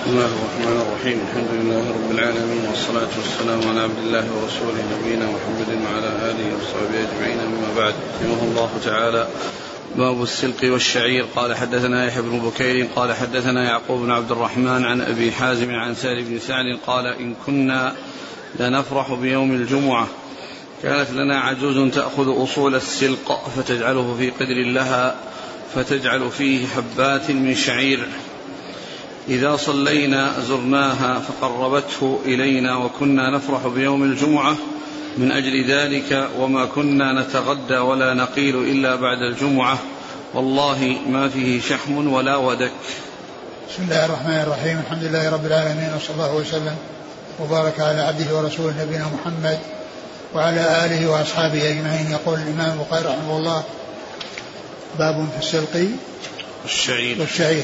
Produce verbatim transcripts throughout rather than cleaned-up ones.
بسم الله الرحمن الرحيم. الحمد لله رب العالمين، والصلاة والسلام على عبد الله ورسوله نبينا محمد وعلى آله وصحبه أجمعين، أما بعد. رحمه الله تعالى. باب السلق والشعير. قال حدثنا يحيى بن بكير قال حدثنا يعقوب بن عبد الرحمن عن أبي حازم عن سهل بن سعد قال إن كنا لنفرح بيوم الجمعة كانت لنا عجوز تأخذ أصول السلق فتجعله في قدر لها فتجعل فيه حبات من شعير، إذا صلينا زرناها فقربته إلينا، وكنا نفرح بيوم الجمعة من أجل ذلك، وما كنا نتغدى ولا نقيل إلا بعد الجمعة، والله ما فيه شحم ولا ودك. بسم الله الرحمن الرحيم. الحمد لله رب العالمين، وصلى الله وسلم وبارك على عبده ورسوله نبينا محمد وعلى آله وأصحابه أجمعين. يقول الإمام البخاري رحمه الله: باب في السلق والشعير, والشعير.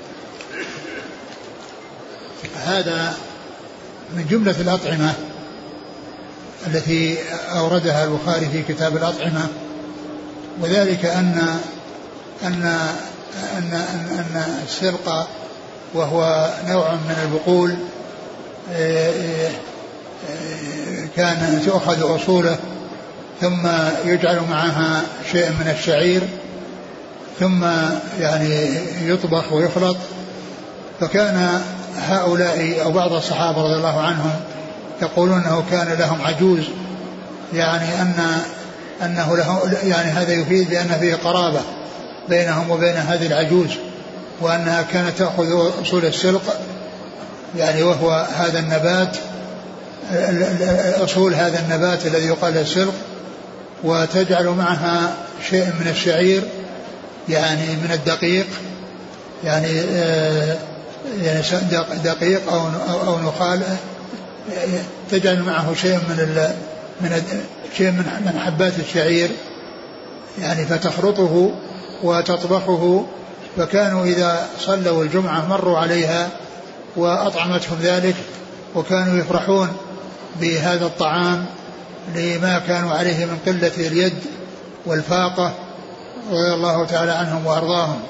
هذا من جملة الأطعمة التي أوردها البخاري في كتاب الأطعمة، وذلك أن أن أن أن السلق وهو نوع من البقول كان تؤخذ أصوله ثم يجعل معها شيء من الشعير ثم يعني يطبخ ويخلط. فكان هؤلاء أو بعض الصحابة رضي الله عنهم يقولون أنه كان لهم عجوز، يعني أن أنه له يعني هذا يفيد بأن فيه قرابة بينهم وبين هذه العجوز، وأنها كانت تأخذ أصول السلق يعني وهو هذا النبات، أصول هذا النبات الذي يقال السلق، وتجعل معها شيء من الشعير يعني من الدقيق، يعني يعني دقيق أو أو نخال، تجعل معه شيء من ال من شيء من حبات الشعير يعني فتخلطه وتطبخه. فكانوا إذا صلوا الجمعة مروا عليها وأطعمتهم ذلك، وكانوا يفرحون بهذا الطعام لما كانوا عليه من قلة اليد والفاقة رضي الله تعالى عنهم وأرضاهم.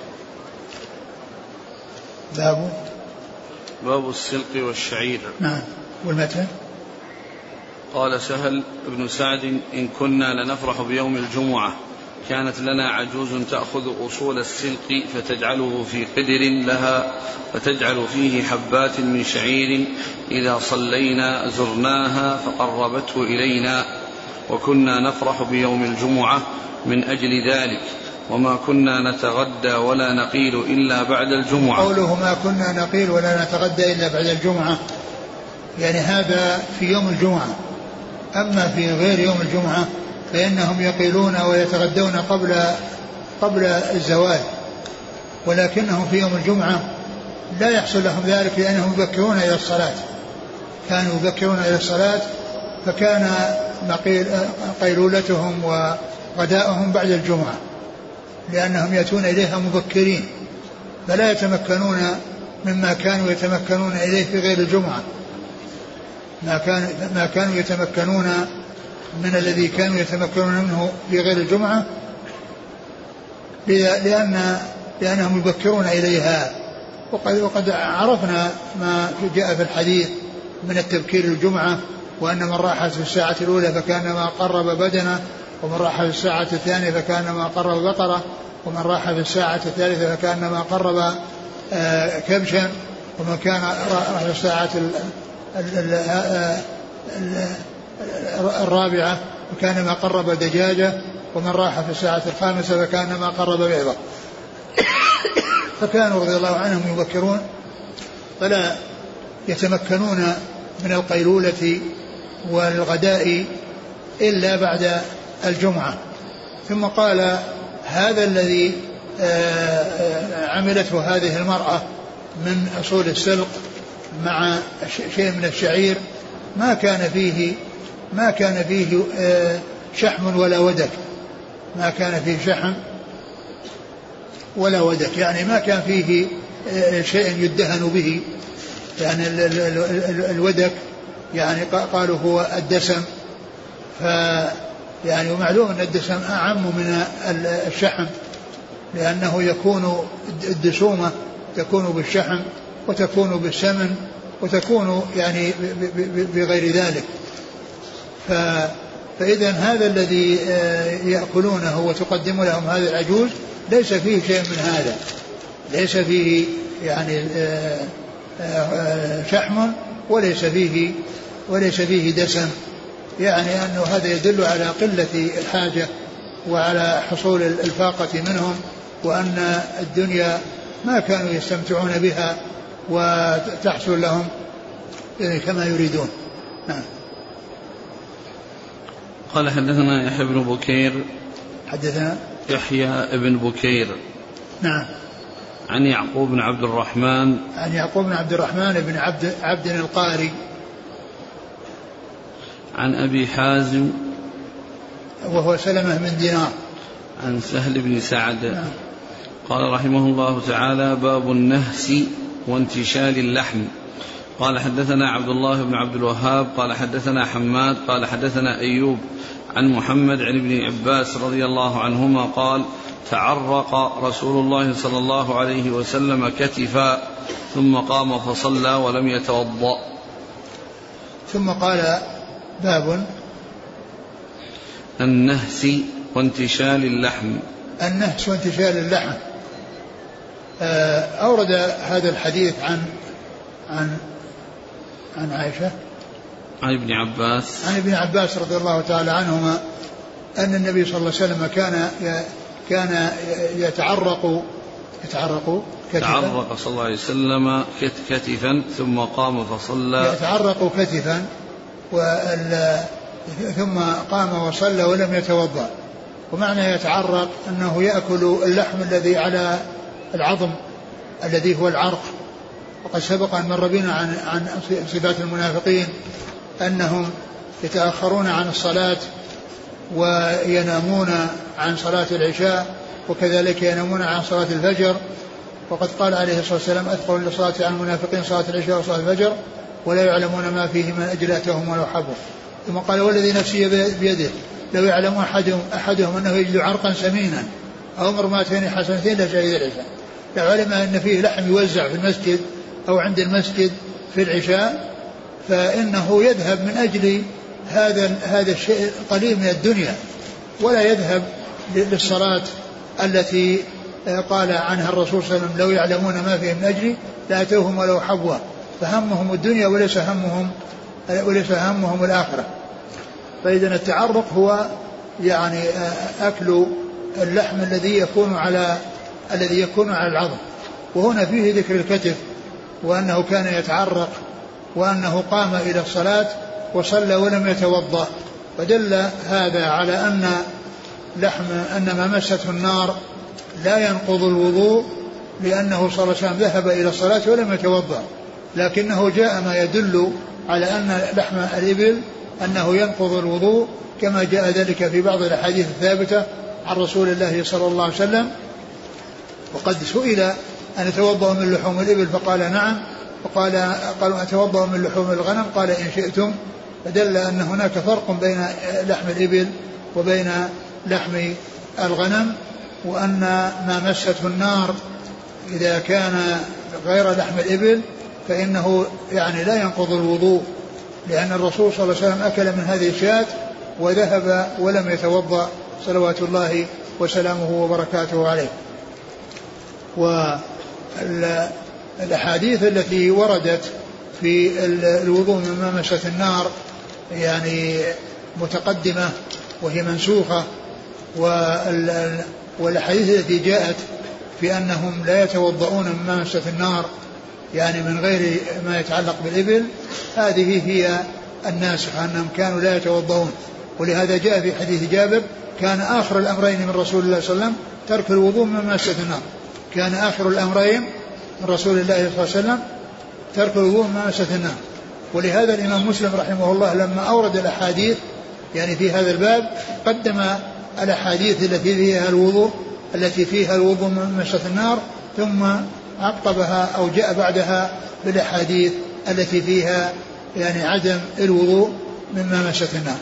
باب باب السلق والشعير. نعم. والمتن قال سهل بن سعد إن كنا لنفرح بيوم الجمعة كانت لنا عجوز تأخذ أصول السلق فتجعله في قدر لها فتجعل فيه حبات من شعير، إذا صلينا زرناها فقربته إلينا، وكنا نفرح بيوم الجمعة من أجل ذلك، وما كنا نتغدى ولا نقيل إلا بعد الجمعة. قوله ما كنا نقيل ولا نتغدى إلا بعد الجمعة يعني هذا في يوم الجمعة، أما في غير يوم الجمعة فإنهم يقيلون ويتغدون قبل قبل الزوال، ولكنهم في يوم الجمعة لا يحصل لهم ذلك لأنهم يبكرون إلى الصلاة، كانوا يبكرون إلى الصلاة، فكان قيلولتهم وغداؤهم بعد الجمعة لأنهم يأتون إليها مبكرين، فلا يتمكنون مما كانوا يتمكنون إليه في غير الجمعة، ما, كان ما كانوا يتمكنون من الذي كانوا يتمكنون منه في غير الجمعة، لأن لأنهم يبكرون إليها. وقد, وقد عرفنا ما جاء في الحديث من التبكير الجمعة، وأن من راح في الساعة الأولى فكانما قرب بدنه، ومن راح في الساعة الثانية فكانما قرب بقرة، ومن راح في الساعة الثالثة فكانما قرب آه كبشا، ومن كان راح في الساعة ال ال ال ال الرابعة فكانما قرب دجاجة، ومن راح في الساعة الخامسة فكانما قرب بيضة. فكانوا رضي الله عنهم يبكرون فلا يتمكنون من القيلولة والغداء إلا بعد الجمعة. ثم قال هذا الذي عملته هذه المرأة من أصول السلق مع شيء من الشعير ما كان فيه ما كان فيه شحم ولا ودك، ما كان فيه شحم ولا ودك، يعني ما كان فيه شيء يدهن به، يعني الودك يعني قالوا هو الدسم، ف يعني ومعلوم أن الدسم أعم من الشحم، لأنه يكون الدسومة تكون بالشحم وتكون بالسمن وتكون يعني بغير ذلك. فإذا هذا الذي يأكلونه وتقدم لهم هذه العجوز ليس فيه شيء من هذا، ليس فيه يعني شحم وليس فيه وليس فيه دسم، يعني أنه هذا يدل على قلة الحاجة وعلى حصول الفاقة منهم، وأن الدنيا ما كانوا يستمتعون بها وتحصل لهم كما يريدون. نعم. قال حدثنا يحيى بن بكير حدثنا يحيى بن بكير نعم عن يعقوب بن عبد الرحمن عن يعقوب بن عبد الرحمن بن عبد عبد القاري عن أبي حازم وهو سلمة من دينار عن سهل بن سعد. نعم. قال رحمه الله تعالى: باب النهس وانتشال اللحم. قال حدثنا عبد الله بن عبد الوهاب قال حدثنا حماد قال حدثنا أيوب عن محمد عن ابن عباس رضي الله عنهما قال: تعرق رسول الله صلى الله عليه وسلم كتفا ثم قام فصلى ولم يتوضأ. ثم قال: باب النهس وانتشال اللحم. النهس وانتشال اللحم. أورد هذا الحديث عن عن عن عائشة عن ابن عباس عن ابن عباس رضي الله تعالى عنهما أن النبي صلى الله عليه وسلم كان كان يتعرق يتعرق تعرق صلى الله عليه وسلم كتفا ثم قام فصلى يتعرق كتفا ثم قام وصلى ولم يتوضأ. ومعنى يتعرق أنه يأكل اللحم الذي على العظم الذي هو العرق. وقد سبق أن مر بنا عن عن صفات المنافقين أنهم يتأخرون عن الصلاة وينامون عن صلاة العشاء وكذلك ينامون عن صلاة الفجر. وقد قال عليه الصلاة والسلام: أثقل للصلاة على المنافقين صلاة العشاء وصلاة الفجر ولا يعلمون ما فيه من أجل أتاهم ولو حبوا. ثم قال: والذي نفسي بيده لو يعلم أحدهم, أحدهم أنه يجد عرقا سمينا أو مرماتين حسنتين لشهد العشاء. لو علم أن فيه لحم يوزع في المسجد أو عند المسجد في العشاء فإنه يذهب من أجل هذا هذا الشيء قليل من الدنيا ولا يذهب للصلاة التي قال عنها الرسول صلى الله عليه وسلم: لو يعلمون ما فيه من أجلي لأتوهم ولو حبوا. فهمهم الدنيا وليس همهم وليس همهم الآخرة. فإذا التعرق هو يعني أكل اللحم الذي يكون على الذي يكون على العظم. وهنا فيه ذكر الكتف وأنه كان يتعرق وأنه قام إلى الصلاة وصلى ولم يتوضأ. فدل هذا على أن لحم أن ما مسته النار لا ينقض الوضوء، لأنه صلى الله عليه وسلم ذهب إلى الصلاة ولم يتوضأ. لكنه جاء ما يدل على أن لحم الإبل أنه ينقض الوضوء كما جاء ذلك في بعض الأحاديث الثابتة عن رسول الله صلى الله عليه وسلم. وقد سئل أن يتوضأ من لحوم الإبل فقال: نعم. وقال قالوا: أتوضأ من لحوم الغنم؟ قال: إن شئتم. فدل أن هناك فرق بين لحم الإبل وبين لحم الغنم، وأن ما مسته النار إذا كان غير لحم الإبل فإنه يعني لا ينقض الوضوء، لأن الرسول صلى الله عليه وسلم أكل من هذه الشاة وذهب ولم يتوضأ صلوات الله وسلامه وبركاته عليه. والأحاديث التي وردت في الوضوء مما مست النار يعني متقدمة وهي منسوخة، والأحاديث التي جاءت في أنهم لا يتوضؤون مما مست النار يعني من غير ما يتعلق بالإبل هذه هي الناسخة، أنهم كانوا لا يتوضؤون. ولهذا جاء في حديث جابر: كان آخر الأمرين من رسول الله صلى الله عليه وسلم ترك الوضوء مما مست النار. كان آخر الأمرين من رسول الله صلى الله عليه وسلم ترك الوضوء مما مست النار. ولهذا الإمام مسلم رحمه الله لما أورد الأحاديث يعني في هذا الباب قدم الأحاديث التي فيها الوضوء التي فيها الوضوء مما مست النار، ثم عقبها أو جاء بعدها بالأحاديث التي فيها يعني عدم الوضوء مما مست النار.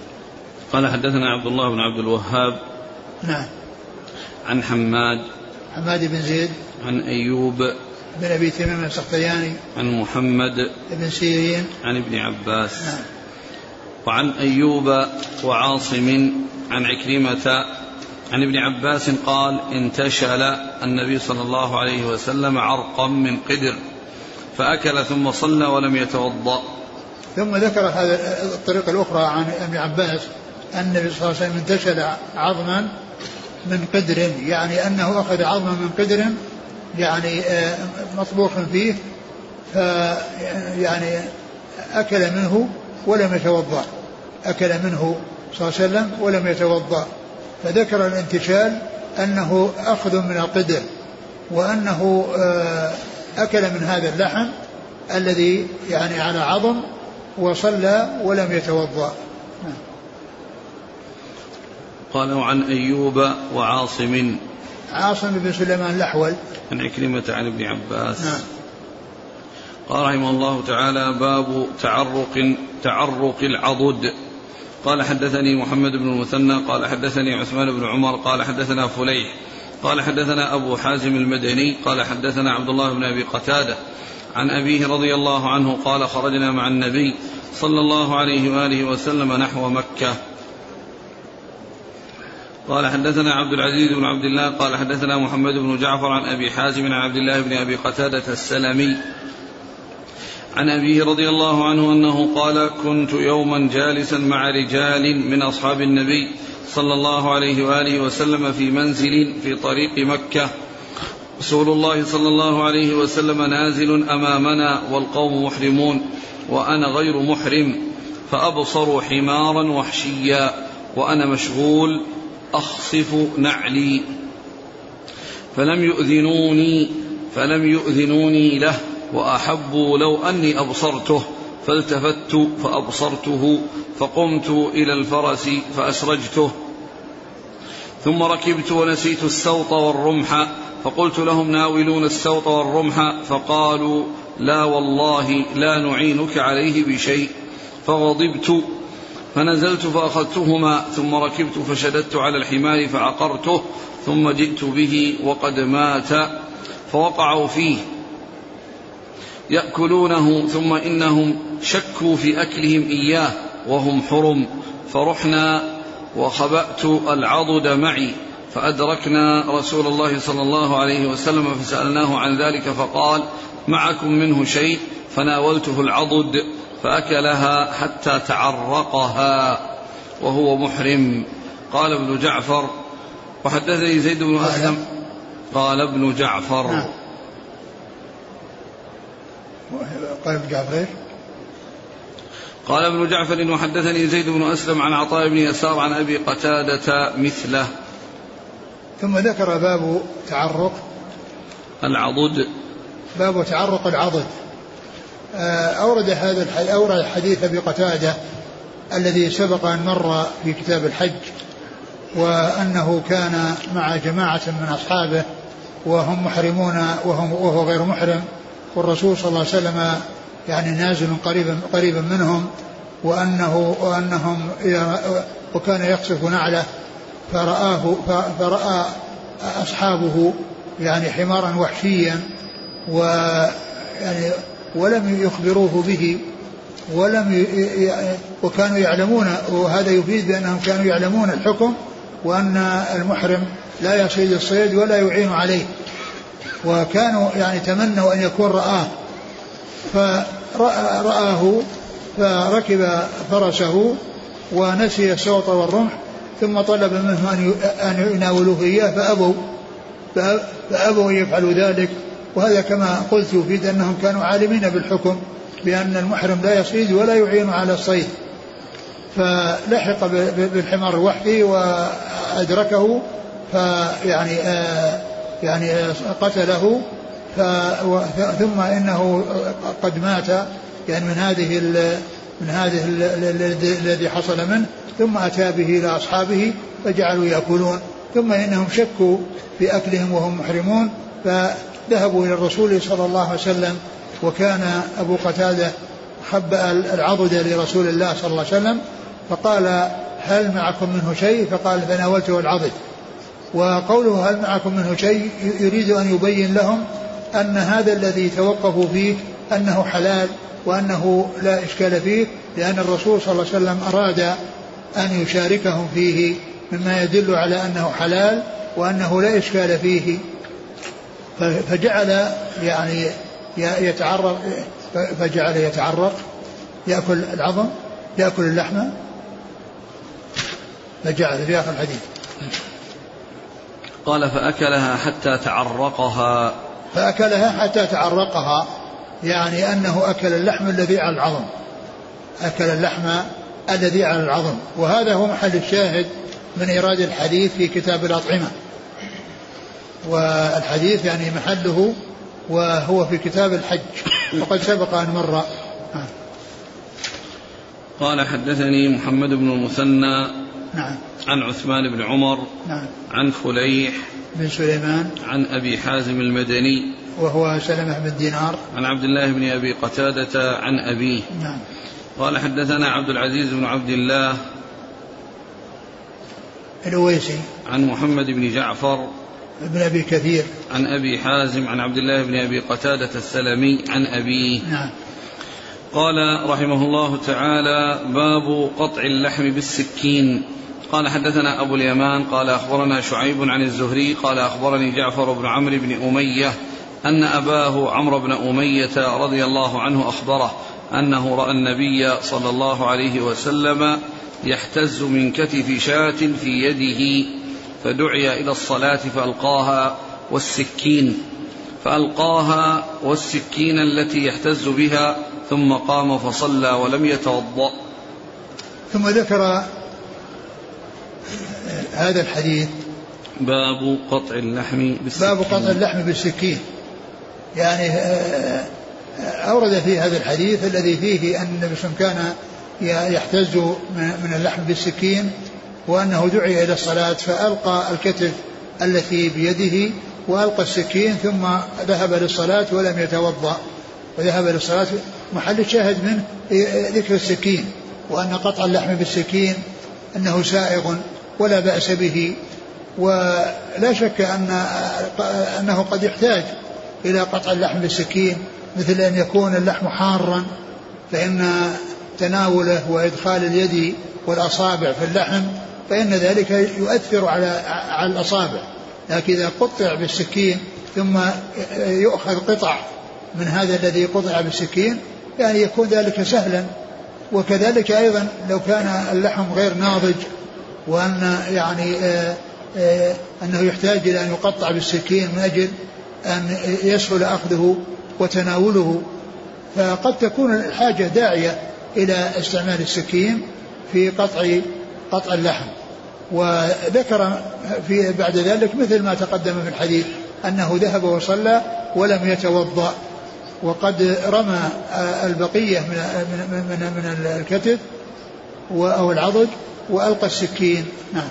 قال: حدثنا عبد الله بن عبد الوهاب نعم عن حماد حماد بن زيد عن أيوب بن أبي تميم السختياني عن محمد بن سيرين عن ابن عباس. نعم. وعن أيوب وعاصم عن عكرمة عن ابن عباس قال انتشل النبي صلى الله عليه وسلم عرقا من قدر فأكل ثم صلى ولم يتوضأ. ثم ذكر هذا الطريقة الأخرى عن ابن عباس أن النبي صلى الله عليه وسلم انتشل عظما من قدر، يعني أنه أخذ عظما من قدر يعني مطبوخ فيه فيعني أكل منه ولم يتوضأ، أكل منه صلى الله عليه وسلم ولم يتوضأ. فذكر الانتشال أنه أخذ من القدر وأنه أكل من هذا اللحم الذي يعني على عظم وصلى ولم يتوضأ. قالوا عن أيوب وعاصم عاصم بن سليمان الأحول عن عكرمة عن ابن عباس. نعم. قال رحمه الله تعالى باب تعرق تعرق العضد. قال حدثني محمد بن المثنى قال حدثني عثمان بن عمر قال حدثنا فليح قال حدثنا أبو حازم المدني قال حدثنا عبد الله بن أبي قتادة عن أبيه رضي الله عنه قال خرجنا مع النبي صلى الله عليه وآله وسلم نحو مكة. قال حدثنا عبد العزيز بن عبد الله قال حدثنا محمد بن جعفر عن أبي حازم عن عبد الله بن أبي قتادة السلمي عن أبيه رضي الله عنه أنه قال كنت يوما جالسا مع رجال من أصحاب النبي صلى الله عليه وآله وسلم في منزل في طريق مكة، رسول الله صلى الله عليه وسلم نازل أمامنا والقوم محرمون وأنا غير محرم، فأبصروا حمارا وحشيا وأنا مشغول أخصف نعلي فلم يؤذنوني فلم يؤذنوني له وأحبوا لو أني أبصرته، فالتفت فأبصرته فقمت إلى الفرس فأسرجته، ثم ركبت ونسيت السوط والرمح، فقلت لهم ناولون السوط والرمح، فقالوا لا والله لا نعينك عليه بشيء، فغضبت فنزلت فأخذتهما، ثم ركبت فشددت على الحمار فعقرته، ثم جئت به وقد مات فوقعوا فيه يأكلونه، ثم إنهم شكوا في أكلهم إياه وهم حرم، فرحنا وخبأت العضد معي، فأدركنا رسول الله صلى الله عليه وسلم فسألناه عن ذلك فقال معكم منه شيء؟ فناولته العضد فأكلها حتى تعرقها وهو محرم. قال ابن جعفر وحدثني زيد بن أسلم قال ابن جعفر نعم. قال ابن جعفر قال ابن جعفر وحدثني زيد بن أسلم عن عطاء بن يسار عن أبي قتادة مثله. ثم ذكر باب تعرق العضد، باب تعرق العضد. أورد هذا الحديث أورد حديث أبي قتادة الذي سبق أن مر في كتاب الحج، وأنه كان مع جماعة من أصحابه وهم محرمون وهم وهو غير محرم، والرسول صلى الله عليه وسلم يعني نازل قريبا قريبا منهم، وأنه وأنهم وكان يقصف نعله، فرآه فرأى أصحابه يعني حمارا وحشيا ويعني ولم يخبروه به ولم وكانوا يعلمون، وهذا يفيد بأنهم كانوا يعلمون الحكم وأن المحرم لا يصيد الصيد ولا يعين عليه، وكانوا يعني تمنوا أن يكون رآه، فرآه فركب فرسه ونسي السوط والرمح، ثم طلب منهم أن يناولوه إياه فأبوا فأبوا أن يفعلوا ذلك. وهذا كما قلت يفيد أنهم كانوا عالمين بالحكم بأن المحرم لا يصيد ولا يعين على الصيد، فلحق بالحمار الوحشي وأدركه فيعني آه يعني قتله، ثم إنه قد مات يعني من هذه من هذه الذي حصل منه، ثم أتى به إلى أصحابه فجعلوا يأكلون، ثم إنهم شكوا في أكلهم وهم محرمون، فذهبوا إلى الرسول صلى الله عليه وسلم، وكان أبو قتادة خبأ العضد لرسول الله صلى الله عليه وسلم، فقال هل معكم منه شيء؟ فقال فناولته العضد، وقوله هل معكم منه شيء يريد أن يبين لهم أن هذا الذي توقفوا فيه أنه حلال وأنه لا إشكال فيه، لأن الرسول صلى الله عليه وسلم أراد أن يشاركهم فيه مما يدل على أنه حلال وأنه لا إشكال فيه، فجعل يعني يتعرق فجعل يتعرق يأكل العظم يأكل اللحمة فجعل في آخر الحديث قال فأكلها حتى تعرقها فأكلها حتى تعرقها، يعني أنه أكل اللحم الذي على العظم أكل اللحم الذي على العظم. وهذا هو محل الشاهد من إيراد الحديث في كتاب الأطعمة، والحديث يعني محله وهو في كتاب الحج وقد سبق أن مر. قال حدثني محمد بن المثنى نعم عن عثمان بن عمر نعم عن فليح بن سليمان عن أبي حازم المدني وهو سلمة بن دينار عن عبد الله بن أبي قتادة عن أبيه نعم. قال حدثنا عبد العزيز بن عبد الله الأويسي عن محمد بن جعفر ابن أبي كثير عن أبي حازم عن عبد الله بن أبي قتادة السلمي عن أبيه نعم. قال رحمه الله تعالى باب قطع اللحم بالسكين. قال حدثنا أبو اليمان قال أخبرنا شعيب عن الزهري قال أخبرني جعفر بن عمرو بن أمية أن أباه عمرو بن أمية رضي الله عنه أخبره أنه رأى النبي صلى الله عليه وسلم يحتز من كتف شاة في يده فدعي إلى الصلاة فألقاها والسكين فألقاها والسكين التي يحتز بها ثم قام فصلى ولم يتوضأ. ثم ذكر هذا الحديث باب قطع اللحم بالسكين. باب قطع اللحم بالسكين، يعني أورد في هذا الحديث الذي فيه أن النبي صلى الله عليه وسلم كان يحتز من اللحم بالسكين وأنه دعي إلى الصلاة فألقى الكتف التي بيده وألقى السكين ثم ذهب للصلاة ولم يتوضأ وذهب للصلاة. محل الشاهد منه ذكر السكين وأن قطع اللحم بالسكين أنه سائغ ولا بأس به، ولا شك أن أنه قد يحتاج إلى قطع اللحم بالسكين، مثل أن يكون اللحم حارا فإن تناوله وإدخال اليد والأصابع في اللحم فإن ذلك يؤثر على على الأصابع، لكن إذا قطع بالسكين ثم يؤخذ قطع من هذا الذي قطع بالسكين يعني يكون ذلك سهلا. وكذلك أيضا لو كان اللحم غير ناضج وأن يعني آآ آآ أنه يحتاج إلى أن يقطع بالسكين من أجل أن يسهل أخذه وتناوله، فقد تكون الحاجة داعية إلى استعمال السكين في قطع قطع اللحم. وذكر في بعد ذلك مثل ما تقدم في الحديث أنه ذهب وصلى ولم يتوضأ، وقد رمى البقية من من من, من الكتف أو العضد وألقى السكين. نعم.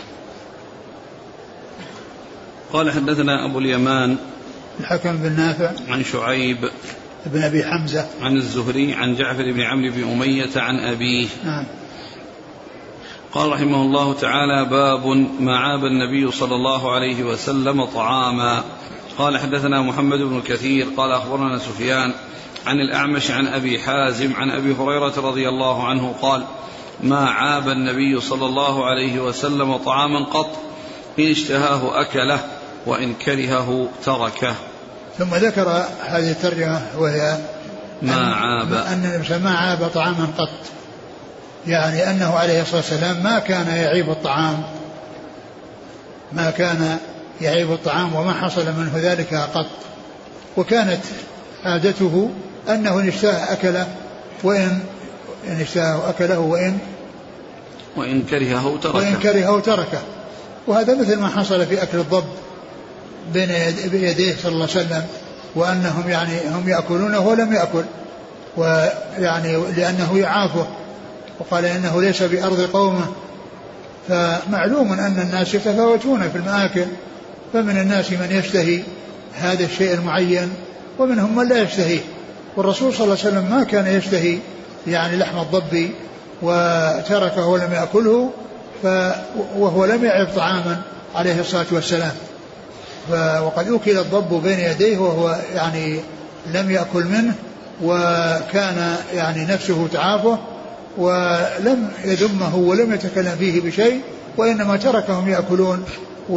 قال حدثنا أبو اليمان الحكم بن نافع عن شعيب بن أبي حمزة عن الزهري عن جعفر بن عمرو بن أمية عن أبيه. نعم. قال رحمه الله تعالى باب ما عاب النبي صلى الله عليه وسلم طعاما. قال حدثنا محمد بن كثير قال أخبرنا سفيان عن الأعمش عن أبي حازم عن أبي هريرة رضي الله عنه قال ما عاب النبي صلى الله عليه وسلم طعاما قط إن اشتهاه أكله وإن كرهه تركه. ثم ذكر هذه الترجمة وهي ما عاب أن ما عاب طعاما قط، يعني أنه عليه الصلاة والسلام ما كان يعيب الطعام ما كان يعيب الطعام وما حصل منه ذلك قط، وكانت عادته أنه إن اشتهى أكله وإن إن اشتهى أكله وإن وإن كرهه تركه وإن كرهه تركه. وهذا مثل ما حصل في أكل الضب بين يديه صلى الله عليه وسلم، وأنهم يعني هم يأكلونه ولم يأكل، ويعني لأنه يعافه وقال إنه ليس بأرض قومه. فمعلوم أن الناس يتفاوتون في المآكل، فمن الناس من يشتهي هذا الشيء المعين ومنهم من لا يشتهيه، والرسول صلى الله عليه وسلم ما كان يشتهي يعني لحم الضب وتركه ولم يأكله وهو لم يعب طعاما عليه الصلاة والسلام. وقد أكل الضب بين يديه وهو يعني لم يأكل منه، وكان يعني نفسه تعافه ولم يذمه ولم يتكلم فيه بشيء، وإنما تركهم يأكلون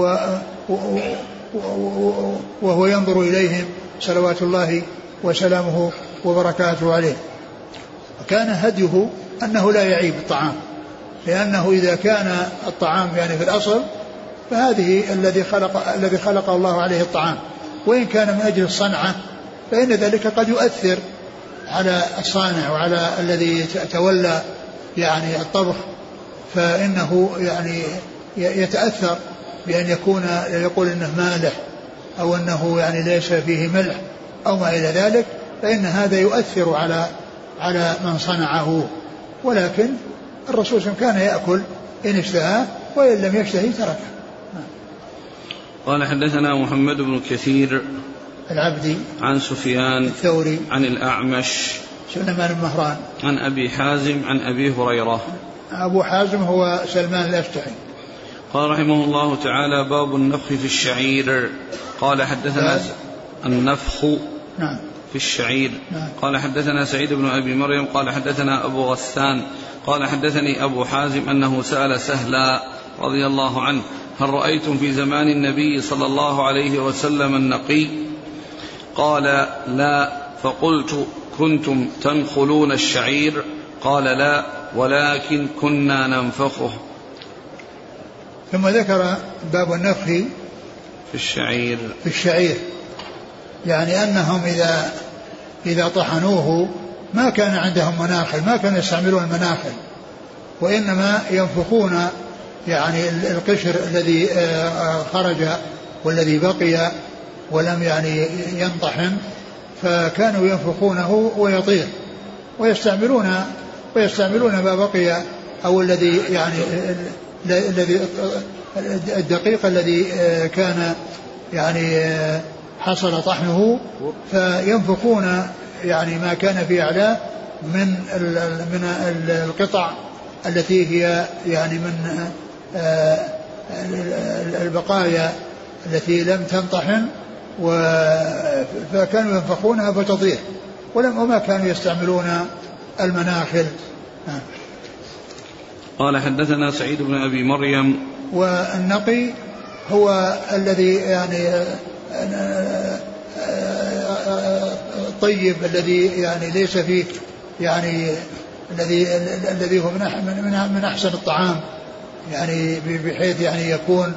وهو ينظر إليهم صلوات الله وسلامه وبركاته عليه. وكان هديه أنه لا يعيب الطعام، لأنه إذا كان الطعام يعني في الأصل فهذه الذي خلق الذي خلق الله عليه الطعام، وإن كان من أجل الصنعة فإن ذلك قد يؤثر على الصانع وعلى الذي تولى يعني الطبخ، فإنه يعني يتأثر بأن يكون يقول إنه مالح أو أنه يعني ليس فيه ملح أو ما إلى ذلك، فإن هذا يؤثر على على من صنعه. ولكن الرسول صلى الله عليه وسلم كان يأكل إن اشتهى، وإن لم يشتهي تركه. قال حدثنا محمد بن كثير العبدي عن سفيان الثوري عن الأعمش سليمان بن مهران عن أبي حازم عن أبي هريرة. أبو حازم هو سلمان الأشجعي. قال رحمه الله تعالى: باب النفخ في الشعير. قال حدثنا النفخ نعم في الشعير. نعم. قال حدثنا سعيد بن أبي مريم قال حدثنا أبو غسان قال حدثني أبو حازم أنه سأل سهلا رضي الله عنه: هل رأيتم في زمان النبي صلى الله عليه وسلم النقي؟ قال: لا. فقلت: كنتم تنخلون الشعير؟ قال: لا، ولكن كنا ننفخه. ثم ذكر باب النفخ في الشعير في الشعير يعني أنهم إذا إذا طحنوه ما كان عندهم مناخل، ما كانوا يستعملون المناخل، وإنما ينفخون يعني القشر الذي خرج والذي بقي ولم يعني ينطحن، فكانوا ينفخونه ويطير، ويستعملون ويستعملون ما بقي أو الذي يعني الذي الدقيق الذي كان يعني حصل طحنه، فينفخون يعني ما كان في أعلاه من من القطع التي هي يعني من البقايا التي لم تنطحن، فكانوا ينفخونها فتطير، ولم وما كانوا يستعملون المناخل. قال حدثنا سعيد بن أبي مريم. والنقي هو الذي يعني الطيب الذي يعني ليس فيه يعني الذي الذي هو من من احسن الطعام، يعني بحيث يعني يكون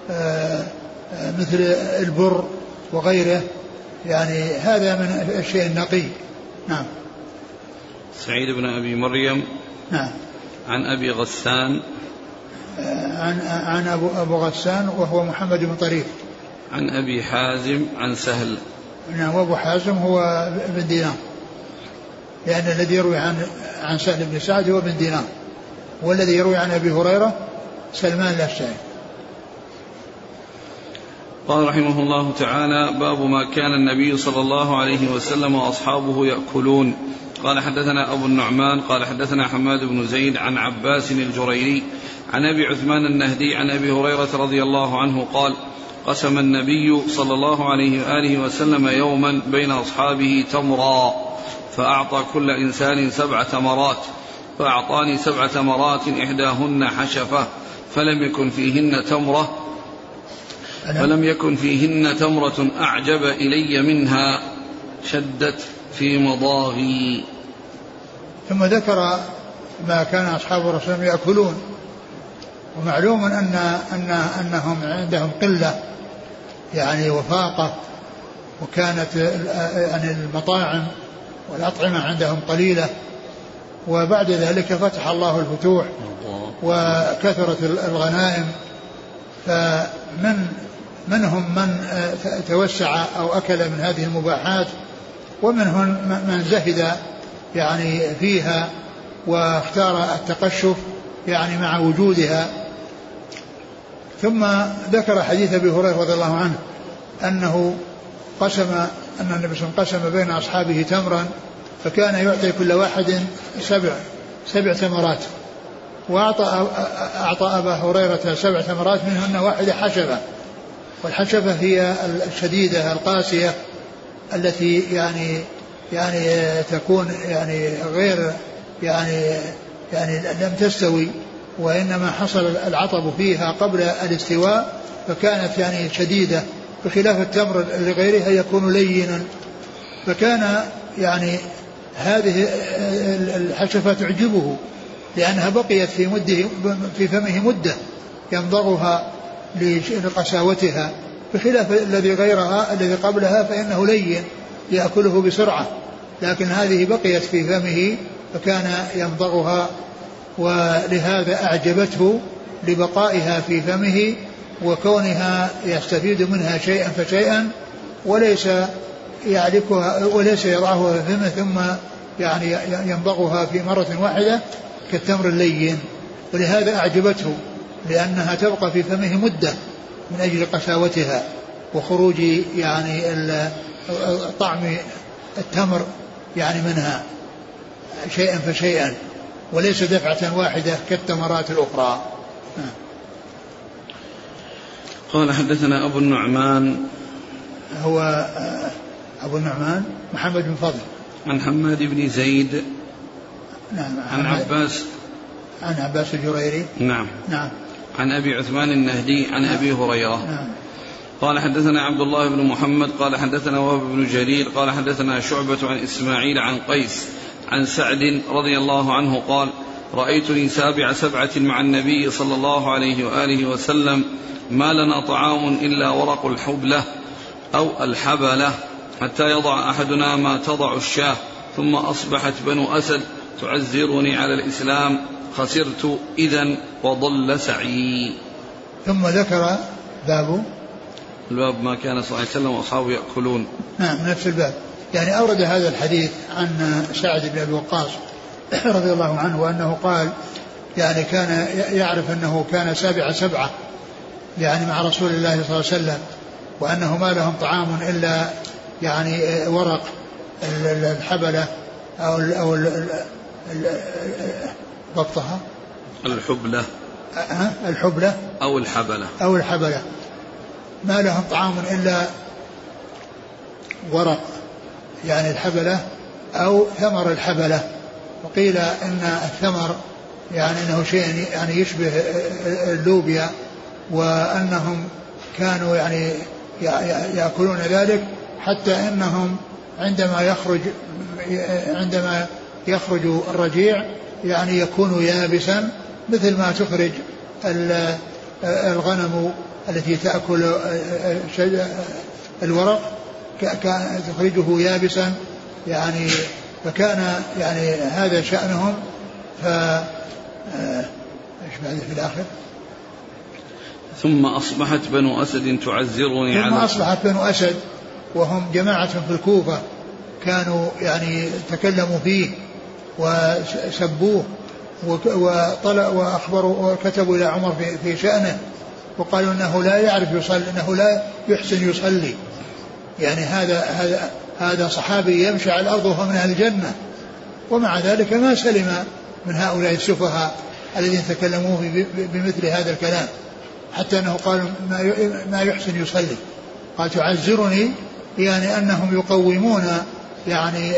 مثل البر وغيره، يعني هذا من الشيء النقي. نعم. سعيد بن أبي مريم. نعم. عن أبي غسان. عن عن أبو أبو غسان وهو محمد بن طريف. عن أبي حازم عن سهل. نعم. وأبو حازم هو بن دينار، لأن الذي يروي عن عن سهل بن سعد هو بن دينار، والذي يروي عن أبي هريرة سلمان الأشجعي. قال رحمه الله تعالى: باب ما كان النبي صلى الله عليه وسلم وأصحابه يأكلون. قال حدثنا أبو النعمان قال حدثنا حماد بن زيد عن عباس الجريري عن أبي عثمان النهدي عن أبي هريرة رضي الله عنه قال: قسم النبي صلى الله عليه وآله وسلم يوما بين أصحابه تمرا، فأعطى كل إنسان سبع تمرات، فأعطاني سبع تمرات إحداهن حشفة، فلم يكن فيهن تمرة فلم يكن فيهن تمرة أعجب إلي منها، شدت في مضاغي. ثم ذكر ما كان أصحاب الرسول يأكلون. ومعلوم أن أن أنهم عندهم قلة يعني وفاقة، وكانت يعني المطاعم والأطعمة عندهم قليلة، وبعد ذلك فتح الله الفتوح وكثرت الغنائم، فمن منهم من توسع أو أكل من هذه المباحات، ومنهم من زهد يعني فيها واختار التقشف يعني مع وجودها. ثم ذكر حديث أبي هريرة رضي الله عنه أنه قسم أن النبي صلى الله عليه وسلم قسم بين أصحابه تمرا، فكان يعطي كل واحد سبع سبع تمرات، وأعطى أعطى أبا هريرة سبع ثمرات منهن واحدة حشفة، والحشفة هي الشديدة القاسية التي يعني يعني تكون يعني غير يعني يعني لم تستوي، وإنما حصل العطب فيها قبل الاستواء فكانت يعني شديدة، بخلاف التمر لغيرها يكون لينا. فكان يعني هذه الحشفة تعجبه لأنها بقيت في مده في فمه مدة يمضغها لقساوتها، بخلاف الذي غيرها الذي قبلها فإنه لين يأكله بسرعة، لكن هذه بقيت في فمه فكان يمضغها، ولهذا أعجبته لبقائها في فمه وكونها يستفيد منها شيئا فشيئا، وليس يعلكها وليس يضعها في فمه ثم يعني يمضغها في مرة واحدة كالتمر اللين. ولهذا أعجبته لأنها تبقى في فمه مدة من أجل قساوتها وخروج يعني طعم التمر يعني منها شيئا فشيئا، وليس دفعة واحدة كالتمرات الأخرى. قال حدثنا أبو النعمان هو أبو النعمان محمد بن فضل عن حماد بن زيد نعم عن عباس عن عباس الجريري نعم نعم عن أبي عثمان النهدي عن نعم أبي هريرة نعم. قال حدثنا عبد الله بن محمد قال حدثنا وهب بن جرير قال حدثنا شعبة عن إسماعيل عن قيس عن سعد رضي الله عنه قال رأيتني سابع سبعة مع النبي صلى الله عليه وآله وسلم ما لنا طعام إلا ورق الحبلة أو الحبلة حتى يضع أحدنا ما تضع الشاة ثم أصبحت بنو أسد تعزرني على الإسلام خسرت إذن وضل سعي. ثم ذكر باب الباب ما كان صلى الله عليه وسلم وأصحابه يأكلون. نعم نفس الباب، يعني أورد هذا الحديث عن سعد بن أبي وقاص رضي الله عنه وأنه قال يعني كان يعرف أنه كان سابع سبعة يعني مع رسول الله صلى الله عليه وسلم، وأنه ما لهم طعام إلا يعني ورق الحبلة أو ال أو ال ضبطها الحبلة الحبلة أو الحبلة أو الحبلة ما لهم طعام إلا ورق يعني الحبلة أو ثمر الحبلة. وقيل إن الثمر يعني أنه شيء يعني يشبه اللوبيا، وأنهم كانوا يعني يأكلون ذلك حتى أنهم عندما يخرج عندما يخرج الرجيع يعني يكون يابسا مثل ما تخرج الغنم التي تأكل الورق تخرجه يابسا يعني. فكان يعني هذا شأنهم. ف ايش بعد في الآخر؟ ثم أصبحت بنو أسد تعزرني ثم على أصبحت بنو أسد وهم جماعة في الكوفة كانوا يعني تكلموا فيه وسبوه وطلع وأخبروا وكتبوا إلى عمر في, في شأنه وقالوا أنه لا يعرف يصلي، أنه لا يحسن يصلي. يعني هذا هذا هذا صحابي يمشي على الأرض وهو من أهل الجنة، ومع ذلك ما سلم من هؤلاء السفهاء الذين تكلموا بمثل هذا الكلام، حتى أنه قالوا ما يحسن يصلي. قال تعزرني يعني أنهم يقومون يعني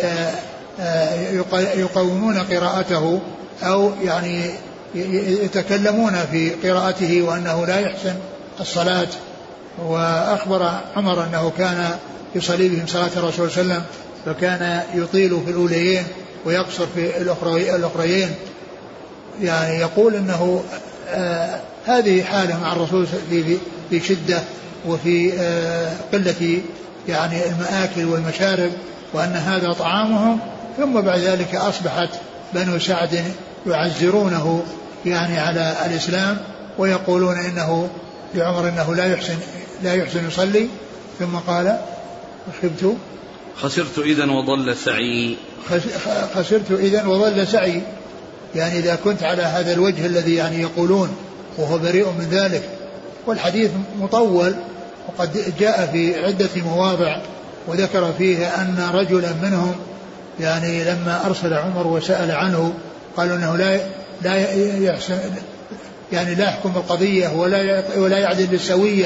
يقومون قراءته أو يعني يتكلمون في قراءته وأنه لا يحسن الصلاة. وأخبر عمر أنه كان يصلي بهم صلاة الرسول صلى الله عليه وسلم فكان يطيل في الأوليين ويقصر في الأخريين. يعني يقول أنه آه هذه حالة مع الرسول في, في شدة وفي آه قلة يعني المآكل والمشارب، وأن هذا طعامهم. ثم بعد ذلك أصبحت بنو سعد يعزرونه يعني على الإسلام ويقولون إنه لعمر إنه لا يحسن لا يحسن يصلي. ثم قال خبت خسرت إذن وضل سعي خسرت إذن وضل سعي يعني إذا كنت على هذا الوجه الذي يعني يقولون وهو بريء من ذلك. والحديث مطول وقد جاء في عدة مواضع وذكر فيه أن رجلا منهم يعني لما أرسل عمر وسأل عنه قالوا أنه لا لا يحسن يعني لا يحكم القضية ولا ولا يعدل بالسوية،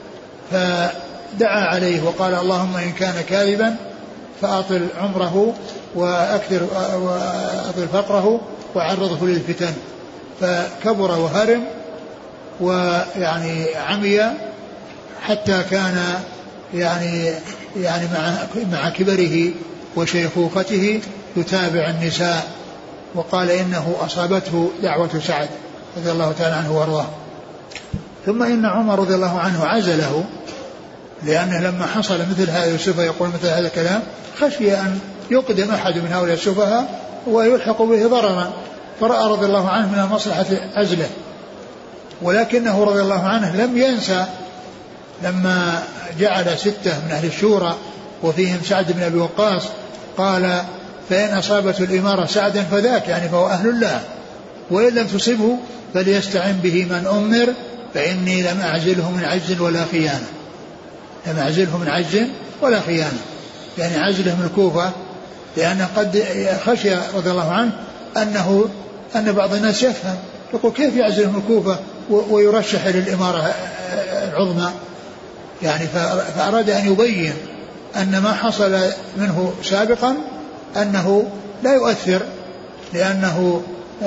فدعا عليه وقال اللهم إن كان كاذبا فأطل عمره وأكثر وأطل فقره وعرضه للفتن، فكبر وهرم ويعني عمي حتى كان يعني يعني مع مع كبره وشيخوخته يتابع النساء، وقال إنه أصابته دعوة سعد رضي الله تعالى عنه وارضاه. ثم إن عمر رضي الله عنه عزله، لأنه لما حصل مثل هذه السفهاء يقول مثل هذا الكلام خشي أن يقدم أحد من هؤلاء السفهاء ويلحق به ضررا، فرأى رضي الله عنه من مصلحة عزله. ولكنه رضي الله عنه لم ينسى لما جعل ستة من أهل الشورى وفيهم سعد بن أبي وقاص قال فإن أصابته الإمارة سعدا فذاك يعني فهو أهل الله، وإن لم تصبه فليستعن به من أمر فإني لم أعزله من عجز ولا خيانة، لم أعزله من عجز ولا خيانة، يعني عزله من الكوفة، لأنه قد خشي رضي الله عنه أنه أن بعض الناس يفهم يقول كيف يعزله من الكوفة ويرشح للإمارة العظمى، يعني فأراد أن يبين أن ما حصل منه سابقا أنه لا يؤثر، لأنه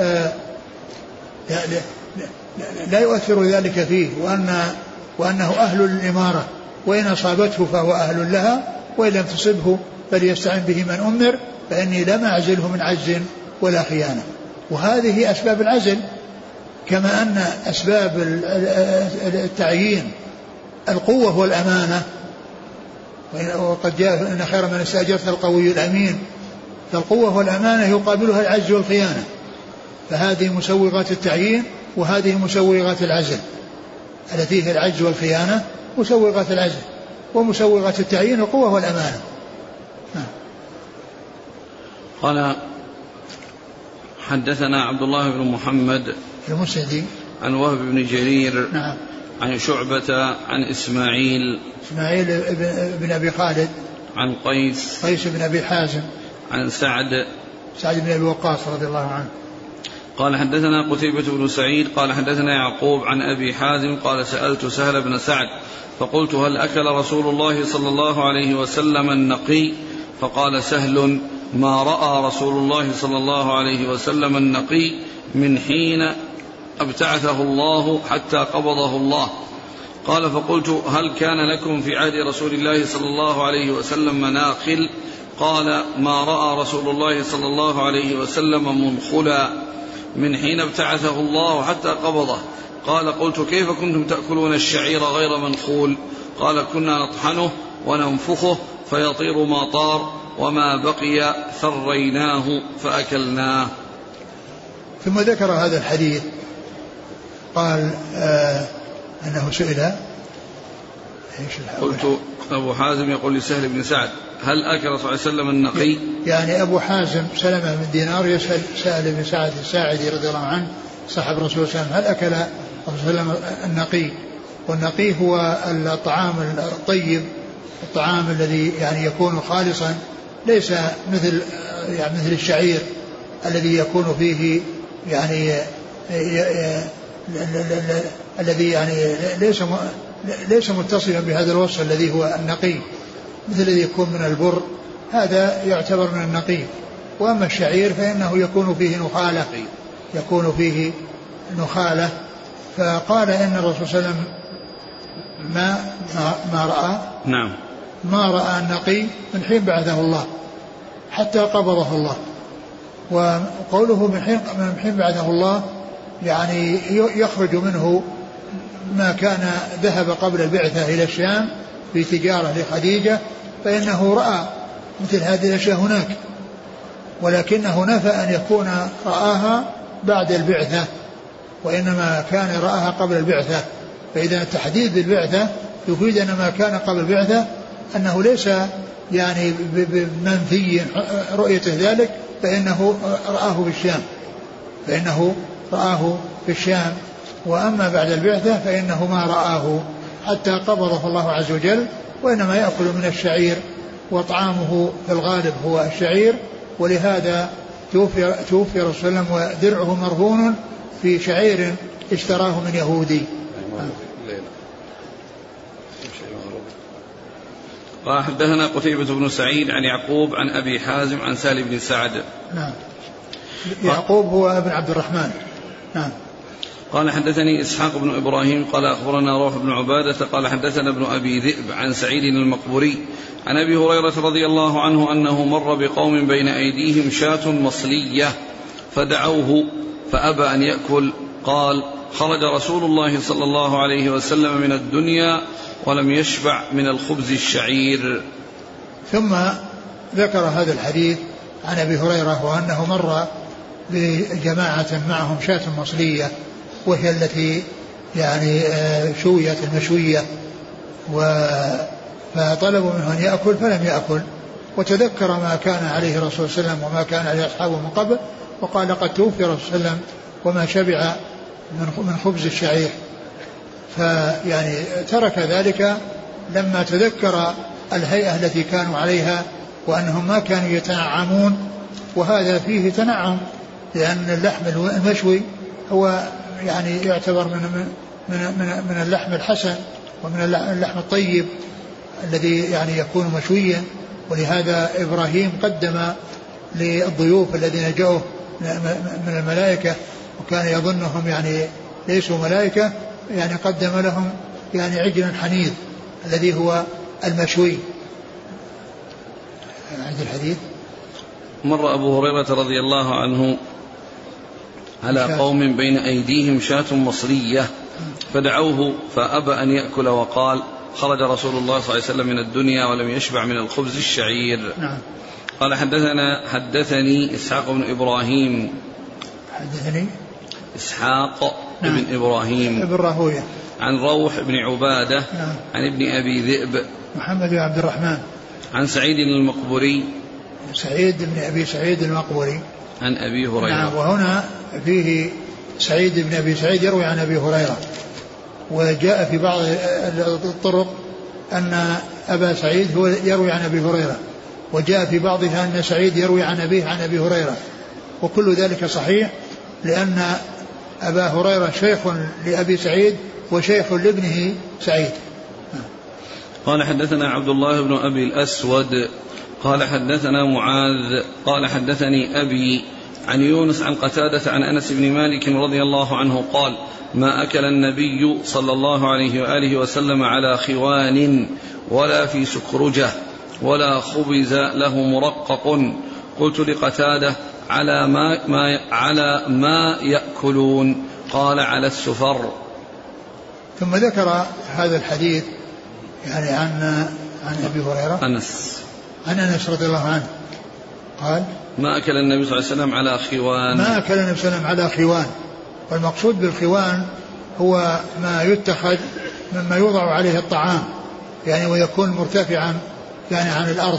لا يؤثر ذلك فيه، وأن وأنه أهل الإمارة، وإن أصابته فهو أهل لها، وإن لم تصبه فليستعن به من أمر فإني لم أعزله من عجز ولا خيانة. وهذه أسباب العزل، كما أن أسباب التعيين القوة والأمانة، وقد جاء إن خير من استأجرت القوي الأمين، فالقوة والأمانة يقابلها العجز والخيانة، فهذه مسوغات التعيين وهذه مسوغات العزل، التي هي العجز والخيانة مسوغات العزل، ومسوغات التعيين القوة والأمانة. قال حدثنا عبد الله بن محمد المسندي عن وهب بن جرير نعم عن شعبة عن إسماعيل إسماعيل بن أبي خالد عن قيس قيس بن أبي حازم عن سعد سعد بن أبي وقاص رضي الله عنه قال حدثنا قتيبة بن سعيد قال حدثنا يعقوب عن أبي حازم قال سألت سهل بن سعد فقلت هل أكل رسول الله صلى الله عليه وسلم النقي؟ فقال سهل ما رأى رسول الله صلى الله عليه وسلم النقي من حين ابتعثه الله حتى قبضه الله. قال فقلت هل كان لكم في عهد رسول الله صلى الله عليه وسلم مناخل؟ قال ما رأى رسول الله صلى الله عليه وسلم منخلا من حين ابتعثه الله حتى قبضه. قال قلت كيف كنتم تأكلون الشعير غير منخول؟ قال كنا نطحنه وننفخه فيطير ما طار وما بقي ثريناه فأكلناه. ثم ذكر هذا الحديث قال آه أنه سئل قلت أبو حازم يقول لسهل بن سعد هل أكل صلى الله عليه وسلم النقي؟ يعني أبو حازم سلمة بن دينار يسأل سهل بن سعد الساعدي رضي الله عنه صاحب الرسول صلى الله عليه وسلم هل أكل الرسول صلى الله عليه وسلم النقي؟ والنقي هو الطعام الطيب، الطعام الذي يعني يكون خالصا، ليس مثل يعني مثل الشعير الذي يكون فيه يعني الذي يعني ليس ليس متصلا بهذا الوصف الذي هو النقي، مثل الذي يكون من البر، هذا يعتبر من النقي. وأما الشعير فإنه يكون فيه نخالة، يكون فيه نخالة. فقال إن الرسول صلى الله عليه وسلم ما ما رأى نعم ما رأى النقي من حين بعثه الله حتى قبضه الله. وقوله من حين من حين بعثه الله يعني يخرج منه ما كان ذهب قبل البعثة إلى الشام في تجارة لخديجة، فإنه رأى مثل هذه الأشياء هناك، ولكنه نفى أن يكون رآها بعد البعثة، وإنما كان رآها قبل البعثة. فإذا التحديد بالبعثة يفيد أن ما كان قبل البعثة أنه ليس يعني بمنفي رؤيته ذلك، فإنه رآه في الشام فإنه رآه في الشام وأما بعد البعثة فإنه ما رآه حتى قبضه الله عز وجل. وإنما يأكل من الشعير، وطعامه في الغالب هو الشعير، ولهذا توفي, توفي رسول الله صلى الله عليه وسلم ودرعه مرهون في شعير اشتراه من يهودي. قال حدثنا قتيبة بن سعيد عن يعقوب عن أبي حازم عن سالم بن سعد. نعم. يعقوب هو ابن عبد الرحمن. نعم. قال حدثني إسحاق بن إبراهيم قال أخبرنا روح بن عبادة قال حدثنا ابن أبي ذئب عن سعيد المقبري عن أبي هريرة رضي الله عنه أنه مر بقوم بين أيديهم شاة مصلية فدعوه فأبى أن يأكل. قال خرج رسول الله صلى الله عليه وسلم من الدنيا ولم يشبع من الخبز الشعير. ثم ذكر هذا الحديث عن أبي هريرة وأنه مر بجماعة معهم شاة مصلية وهي التي يعني شويت المشوية، فطلبوا منه أن يأكل فلم يأكل، وتذكر ما كان عليه الرسول صلى الله عليه وسلم وما كان عليه أصحابه من قبل، وقال لقد توفي الرسول صلى الله عليه وسلم وما شبع من خبز الشعير. فيعني ترك ذلك لما تذكر الهيئة التي كانوا عليها وأنهم ما كانوا يتنعمون، وهذا فيه تنعم لأن اللحم المشوي هو يعني يعتبر من من من, من اللحم الحسن ومن اللحم الطيب الذي يعني يكون مشويا. ولهذا إبراهيم قدم للضيوف الذين جاءوا من الملائكة وكان يظنهم يعني ليسوا ملائكة، يعني قدم لهم يعني عجلا حنيذ الذي هو المشوي. عند الحديث مر أبو هريرة رضي الله عنه على قوم بين أيديهم شاة مصرية فدعوه فأبى أن يأكل وقال خرج رسول الله صلى الله عليه وسلم من الدنيا ولم يشبع من الخبز الشعير. نعم. قال حدثنا حدثني إسحاق بن إبراهيم حدثني إسحاق نعم. بن إبراهيم ابن راهوية عن روح بن عبادة نعم. عن ابن أبي ذئب محمد بن عبد الرحمن عن سعيد المقبري سعيد بن أبي سعيد المقبري عن أبي هريرة. نعم. وهنا فيه سعيد بن أبي سعيد يروي عن أبي هريرة، وجاء في بعض الطرق أن أبا سعيد هو يروي عن أبي هريرة، وجاء في بعضها أن سعيد يروي عن أبيه عن أبي هريرة، وكل ذلك صحيح لأن أبا هريرة شيخ لأبي سعيد وشيخ لابنه سعيد. قال حدثنا عبد الله بن أبي الأسود قال حدثنا معاذ قال حدثني أبي عن يونس عن قتادة عن أنس بن مالك رضي الله عنه قال ما أكل النبي صلى الله عليه وآله وسلم على خوان ولا في سكرجة ولا خبز له مرقق. قلت لقتادة على ما, ما, على ما يأكلون؟ قال على السفر. ثم ذكر هذا الحديث يعني عن عن أبي هريرة أنس عن أنس رضي الله عنه قال ما أكل النبي صلى الله عليه وسلم على خوان ما أكل النبي صلى الله عليه وسلم على خوان. والمقصود بالخوان هو ما يتخذ مما يوضع عليه الطعام يعني ويكون مرتفعا يعني عن الأرض،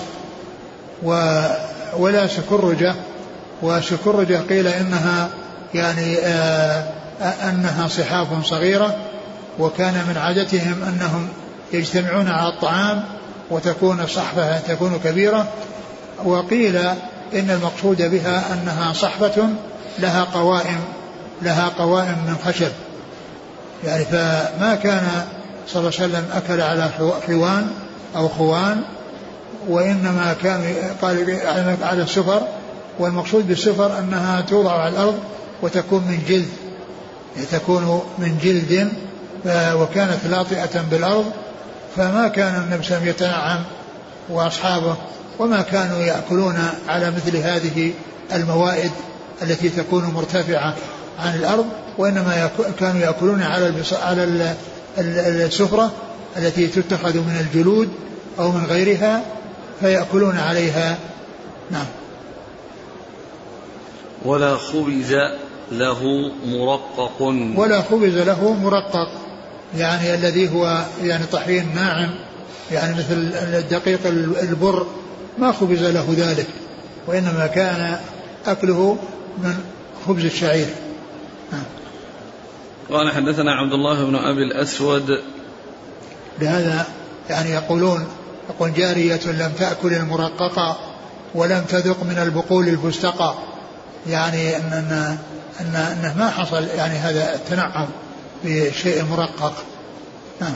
ولا سكرجة. وسكرجة قيل إنها يعني آه أنها صحاف صغيرة، وكان من عادتهم أنهم يجتمعون على الطعام وتكون الصحفة تكون كبيرة. وقيل إن المقصود بها أنها صحفة لها قوائم لها قوائم من خشب يعني. فما كان صلى الله عليه وسلم أكل على خوان أو خوان، وإنما كان قال على السفر. والمقصود بالسفر أنها توضع على الأرض وتكون من جلد تكون من جلد وكانت لاطئة بالأرض. فما كان النبي صلى الله عليه وسلم يتنعم وأصحابه وما كانوا يأكلون على مثل هذه الموائد التي تكون مرتفعة عن الأرض، وإنما كانوا يأكلون على على السفرة التي تتخذ من الجلود أو من غيرها فيأكلون عليها. نعم. ولا خبز له مرقق ولا خبز له مرقق يعني الذي هو يعني طحين ناعم يعني مثل الدقيق البر، ما خبز له ذلك، وإنما كان أكله من خبز الشعير. قال حدثنا عبد الله بن أبي الأسود. لهذا يعني يقولون يقول جارية لم تأكل المرققة ولم تذق من البقول الفستقى، يعني أن أن أن أنه ما حصل يعني هذا التنعم بشيء مرقق. نعم.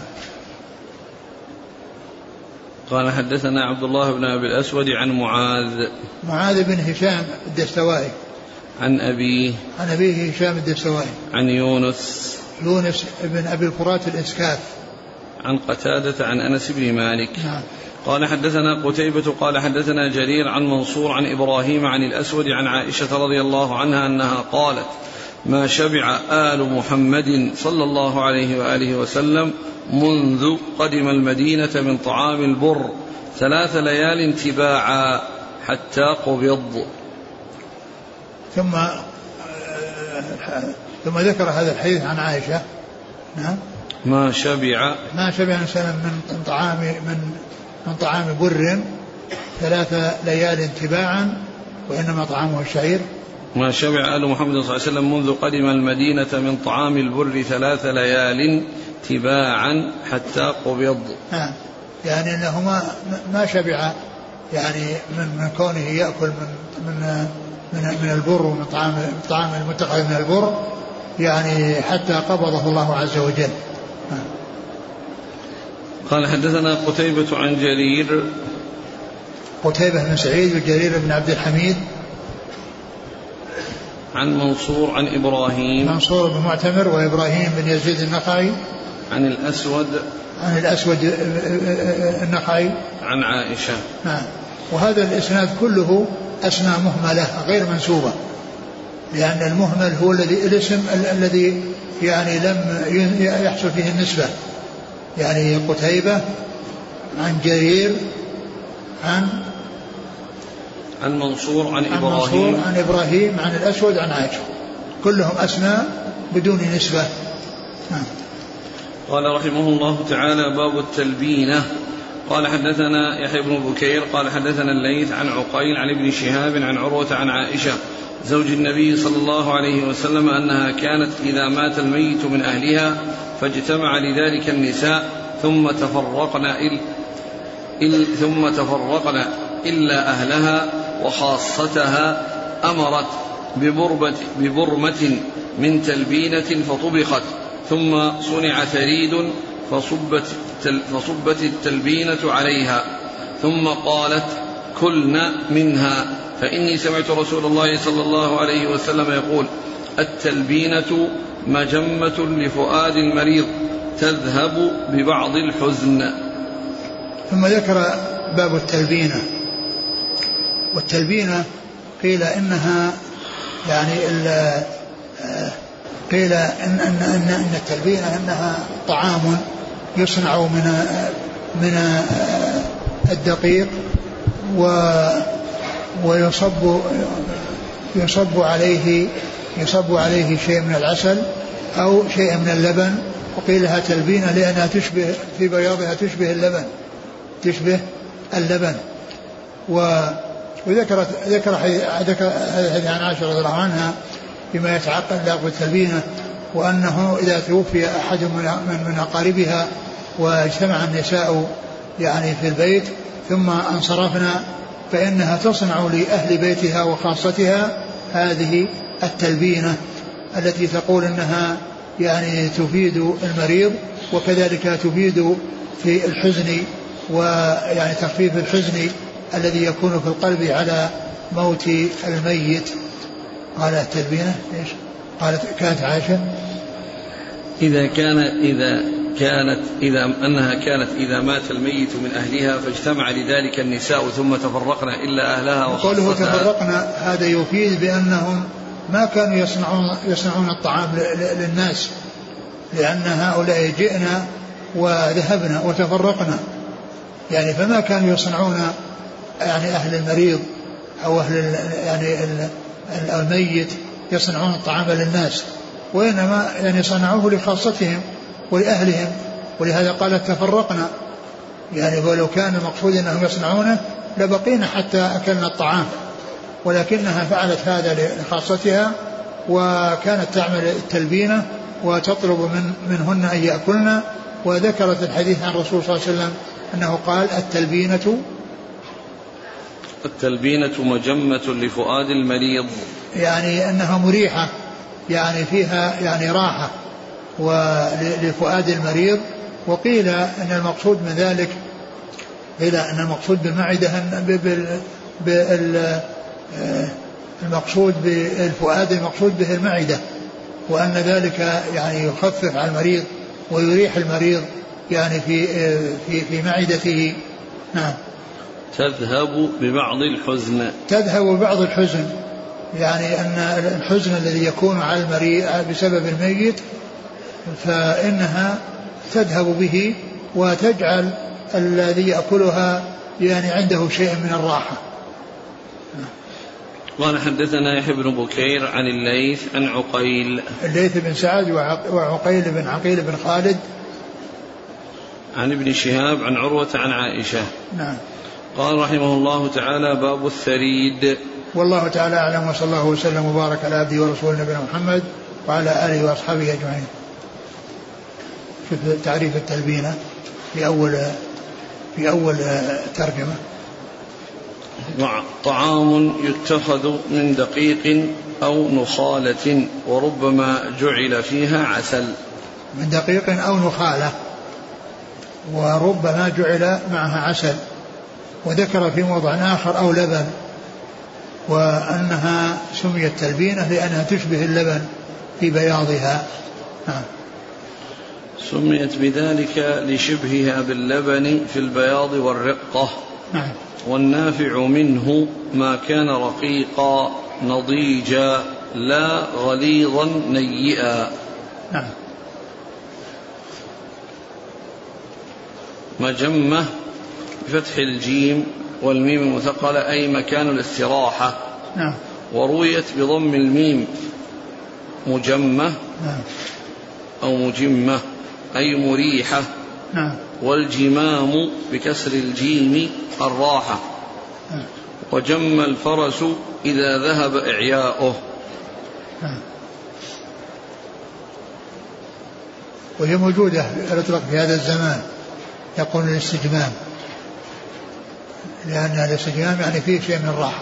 قال حدثنا عبد الله بن أبي الأسود عن معاذ معاذ بن هشام الدستوائي عن أبيه عن أبيه هشام الدستوائي عن يونس يونس بن أبي الفرات الإسكاف عن قتادة عن أنس بن مالك. نعم. قال حدثنا قتيبة قال حدثنا جرير عن منصور عن إبراهيم عن الأسود عن عائشة رضي الله عنها أنها قالت ما شبع آل محمد صلى الله عليه وآله وسلم منذ قدم المدينة من طعام البر ثلاث ليال تباعا حتى قبض. ثم ثم ذكر هذا الحديث عن عائشة. نعم. ما شبع ما شبع إنسان من طعام من من طعام بر ثلاث ليال تباعا وإنما طعامه الشعير. ما شبع آل محمد صلى الله عليه وسلم منذ قدم المدينة من طعام البر ثلاث ليال تباعا حتى قبض. نعم. يعني أنه ما ما شبع يعني من من كونه يأكل من من من, من البر ومن طعام الطعام المتخذ من البر يعني حتى قبضه الله عز وجل. نعم. قال حدثنا قتيبة عن جرير قتيبة بن سعيد وجرير بن عبد الحميد عن منصور عن إبراهيم منصور بن معتمر وإبراهيم بن يزيد النخعي عن الأسود عن الأسود النخعي عن عائشة. نعم. وهذا الإسناد كله أسماء مهملة غير منسوبة لأن المهمل هو الذي الاسم الذي يعني لم يحصل فيه النسبة يعني قتيبة عن جرير عن عن منصور عن, عن إبراهيم منصور عن إبراهيم عن الأسود عن عائشة كلهم أسماء بدون نسبة. نعم. قال رحمه الله تعالى باب التلبينة. قال حدثنا يحيى بن بكير قال حدثنا الليث عن عقيل عن ابن شهاب عن عروة عن عائشة زوج النبي صلى الله عليه وسلم أنها كانت إذا مات الميت من أهلها فاجتمع لذلك النساء ثم تفرقنا إل إل ثم تفرقنا إلا أهلها وخاصتها أمرت ببرمة, ببرمة من تلبينة فطبخت ثم صنع ثريد فصبت, فصبت التلبينة عليها ثم قالت كلن منها فإني سمعت رسول الله صلى الله عليه وسلم يقول التلبينة مجمة لفؤاد المريض تذهب ببعض الحزن. ثم ذكر باب التلبينة. والتلبينة قيل إنها يعني قيل إن, إن, إن, إن التلبينة إنها طعام يصنع من من الدقيق و ويصب يصب عليه يصب عليه شيء من العسل أو شيء من اللبن وقيل لها تلبينة لأنها تشبه في بياضها تشبه اللبن تشبه اللبن. وذكرت ذكر هذا عن عائشة رضي الله عنها بما يتعلق بالتلبينة وأنه إذا توفي أحد من أقاربها واجتمع النساء يعني في البيت ثم انصرفنا فإنها تصنع لأهل بيتها وخاصتها هذه التلبينة التي تقول أنها يعني تفيد المريض وكذلك تفيد في الحزن ويعني تخفيف الحزن الذي يكون في القلب على موت الميت. قال التلبينة إيش؟ قالت كانت عائشة إذا كان إذا كانت إذا أنها كانت إذا مات الميت من أهلها فاجتمع لذلك النساء ثم تفرقنا إلا أهلها وخاصتها. قوله تفرقنا هذا يفيد بأنهم ما كانوا يصنعون يصنعون الطعام للناس لأن هؤلاء جئنا وذهبنا وتفرقنا يعني فما كانوا يصنعون يعني أهل المريض أو أهل يعني الميت يصنعون الطعام للناس وإنما يعني صنعوه لخاصتهم ولأهلهم ولهذا قالت تفرقنا يعني ولو كان المقصود أنهم يصنعونه لبقينا حتى أكلنا الطعام ولكنها فعلت هذا لخاصتها وكانت تعمل التلبينة وتطلب من منهن أن يأكلن. وذكرت الحديث عن الرسول صلى الله عليه وسلم أنه قال التلبينة التلبينة مجمة لفؤاد المريض، يعني أنها مريحة، يعني فيها يعني راحة ولفؤاد المريض. وقيل أن المقصود من ذلك، قيل أن المقصود بالمعدة المقصود بالفؤاد المقصود به المعدة، وأن ذلك يعني يخفف على المريض ويريح المريض يعني في في في معدته. نعم. تذهب ببعض الحزن، تذهب ببعض الحزن، يعني أن الحزن الذي يكون على المريض بسبب الميت فإنها تذهب به وتجعل الذي يأكلها يعني عنده شيء من الراحة. قال حدثنا يحيى بن بكير عن الليث عن عقيل، الليث بن سعد وعقيل بن عقيل بن خالد عن ابن شهاب عن عروة عن عائشة. نعم. قال رحمه الله تعالى باب الثريد. والله تعالى أعلم، وصلى الله وسلم وبارك على عبده ورسوله نبينا محمد وعلى آله وأصحابه أجمعين. شوف تعريف التلبينة في أول في أول ترجمة: طعام يتخذ من دقيق أو نخالة وربما جعل فيها عسل. من دقيق أو نخالة وربما جعل معها عسل. وذكر في موضع آخر أو لبن، وأنها سميت تلبينة لأنها تشبه اللبن في بياضها. نعم. سميت بذلك لشبهها باللبن في البياض والرقة. نعم. والنافع منه ما كان رقيقا نضيجا لا غليظا نيئا. نعم. مجمة بفتح الجيم والميم المثقلة أي مكان الاستراحة. نعم. ورويت بضم الميم مجمة. نعم. أو مجمة أي مريحة. نعم. والجمام بكسر الجيم الراحة. نعم. وجم الفرس إذا ذهب إعياؤه. نعم. وهي موجودة الأطلق في هذا الزمان، يقول الاستجمام، لأن الاستجمام يعني فيه شيء من الراحة.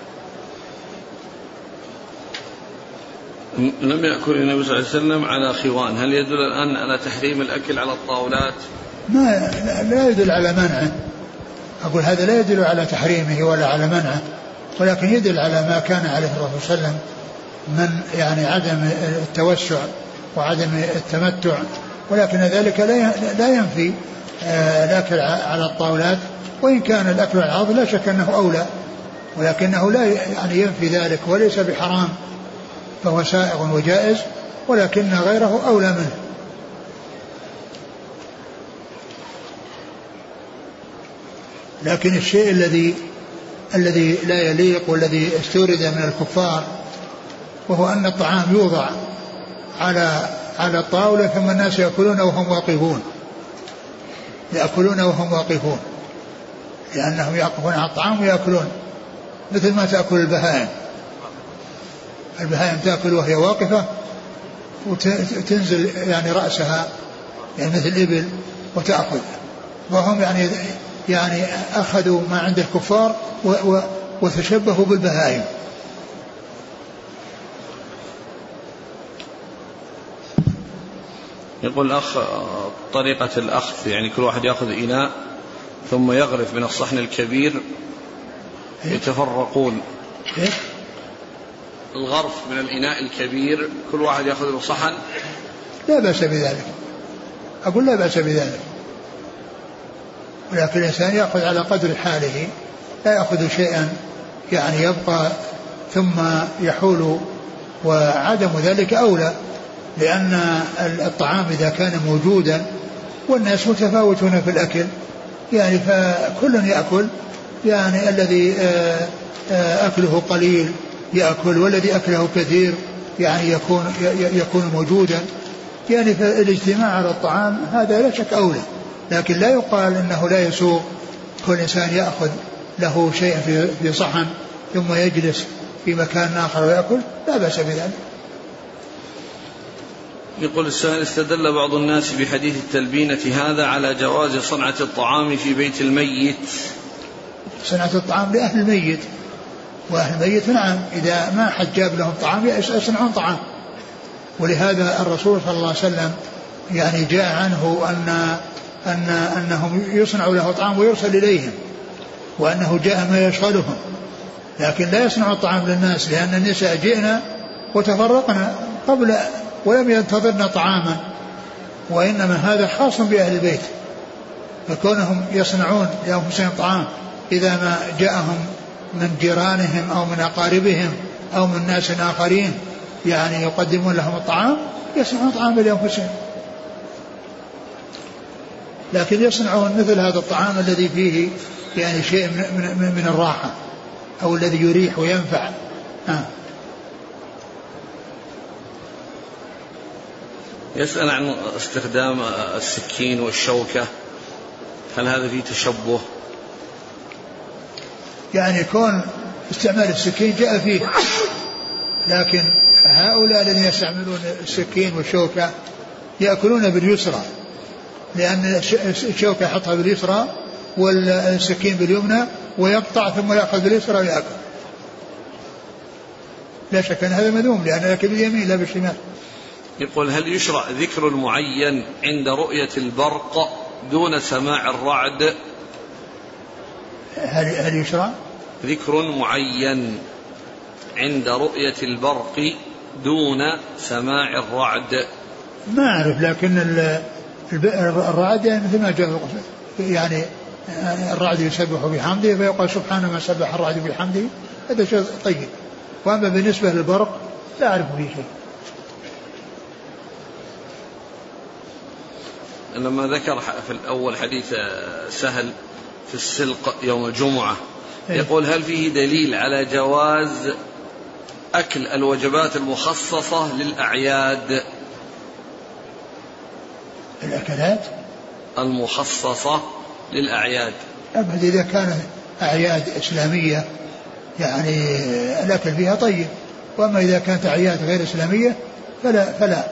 لم يأكل النبي صلى الله عليه وسلم على خوان، هل يدل الآن على تحريم الأكل على الطاولات؟ ما لا يدل على منعه، أقول هذا لا يدل على تحريمه ولا على منعه، ولكن يدل على ما كان عليه الرسول صلى الله عليه وسلم من يعني عدم التوسع وعدم التمتع، ولكن ذلك لا ينفي الأكل على الطاولات، وإن كان الأكل على العظم لا شك أنه أولى، ولكنه لا يعني ينفي ذلك وليس بحرام، فهو سائغ وجائز، ولكن غيره أولى منه. لكن الشيء الذي الذي لا يليق والذي استورد من الكفار وهو أن الطعام يوضع على على الطاولة ثم الناس يأكلون وهم واقفون يأكلون وهم واقفون لأنهم يقفون على الطعام ويأكلون مثل ما تأكل البهائم. البهائم تأكل وهي واقفة وتنزل يعني رأسها يعني مثل الإبل وتأكل، وهم يعني يعني أخذوا ما عند الكفار وتشبهوا بالبهائم. يقول الأخ طريقة الأخذ يعني كل واحد يأخذ إناء ثم يغرف من الصحن الكبير يتفرقون. الغرف من الإناء الكبير كل واحد يأخذ له صحن، لا بأس بذلك، أقول لا بأس بذلك، ولكن الإنسان يأخذ على قدر حاله، لا يأخذ شيئا يعني يبقى ثم يحول، وعدم ذلك أولى، لأن الطعام إذا كان موجودا والناس متفاوتون في الأكل يعني فكل يأكل، يعني الذي أكله قليل يأكل والذي أكله كثير يعني يكون يكون موجودا، يعني فالاجتماع على الطعام هذا لا شك أولى، لكن لا يقال إنه لا يسوغ كل إنسان يأخذ له شيء في في صحن ثم يجلس في مكان آخر ويأكل، لا بأس بذلك. يقول السائل استدل بعض الناس بحديث التلبينة هذا على جواز صنعة الطعام في بيت الميت، صنعة الطعام لأهل الميت، وأهل الميت نعم إذا ما حد جاب لهم طعام يصنعون طعام. ولهذا الرسول صلى الله عليه وسلم يعني جاء عنه أن أن أنهم يصنع له طعام ويرسل إليهم، وأنه جاء ما يشغلهم، لكن لا يصنع الطعام للناس، لأن النساء جئنا وتفرقنا قبل ولم ينتظرنا طعاما، وإنما هذا خاص بأهل البيت، فكونهم يصنعون لأنفسهم طعام إذا ما جاءهم من جيرانهم أو من أقاربهم أو من ناس آخرين يعني يقدمون لهم الطعام يصنعون طعام لأنفسهم، لكن يصنعون مثل هذا الطعام الذي فيه يعني شيء من, من, من الراحة أو الذي يريح وينفع. آه. يسأل عن استخدام السكين والشوكة، هل هذا فيه تشبه؟ يعني كون استعمال السكين جاء فيه، لكن هؤلاء الذين يستعملون السكين والشوكة يأكلون باليسرى، لأن الشوكة يحطها باليسرى والسكين باليمنى ويقطع ثم يأخذ باليسرى ويأكل. لا شك أن هذا مذموم لأنه يأكل باليمين لا بالشمال. يقول هل يشرع ذكر المعين عند رؤية البرق دون سماع الرعد؟ هل, هل يشرع ذكر معين عند رؤية البرق دون سماع الرعد؟ ما أعرف، لكن الرعد يعني مثل ما جاء يعني الرعد يسبح بحمده فيقال سبحان من سبح الرعد بحمده، هذا شيء طيب. وأما بالنسبة للبرق لا أعرف فيه شيء. لما ذكر في الأول حديث سهل في السلق يوم الجمعة يقول هل فيه دليل على جواز أكل الوجبات المخصصة للأعياد؟ الأكلات المخصصة للأعياد أبدا إذا كانت أعياد إسلامية يعني الأكل فيها طيب، وأما إذا كانت أعياد غير إسلامية فلا فلا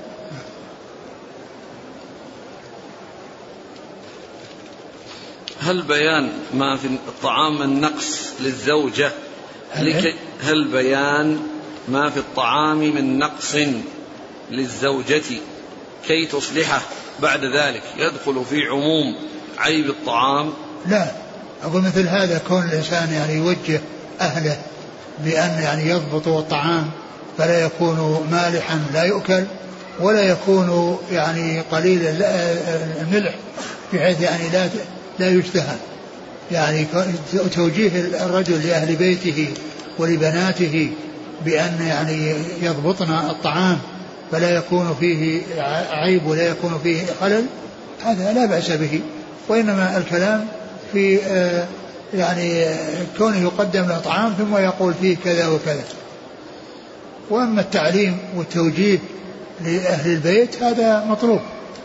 هل بيان ما في الطعام من نقص للزوجة لكي هل بيان ما في الطعام من نقص للزوجة كي تصلحه بعد ذلك يدخل في عموم عيب الطعام؟ لا، أقول مثل هذا كون الإنسان يعني يوجه أهله بأن يعني يضبطوا الطعام فلا يكون مالحا لا يؤكل ولا يكون يعني قليل الملح بحيث يعني لا لا يشتهى، يعني توجيه الرجل لأهل بيته ولبناته بأن يعني يضبطن الطعام فلا يكون فيه عيب ولا يكون فيه خلل، هذا لا بأس به. وإنما الكلام في يعني كونه يقدم له طعام ثم يقول فيه كذا وكذا. وأما التعليم والتوجيه لأهل البيت هذا مطلوب.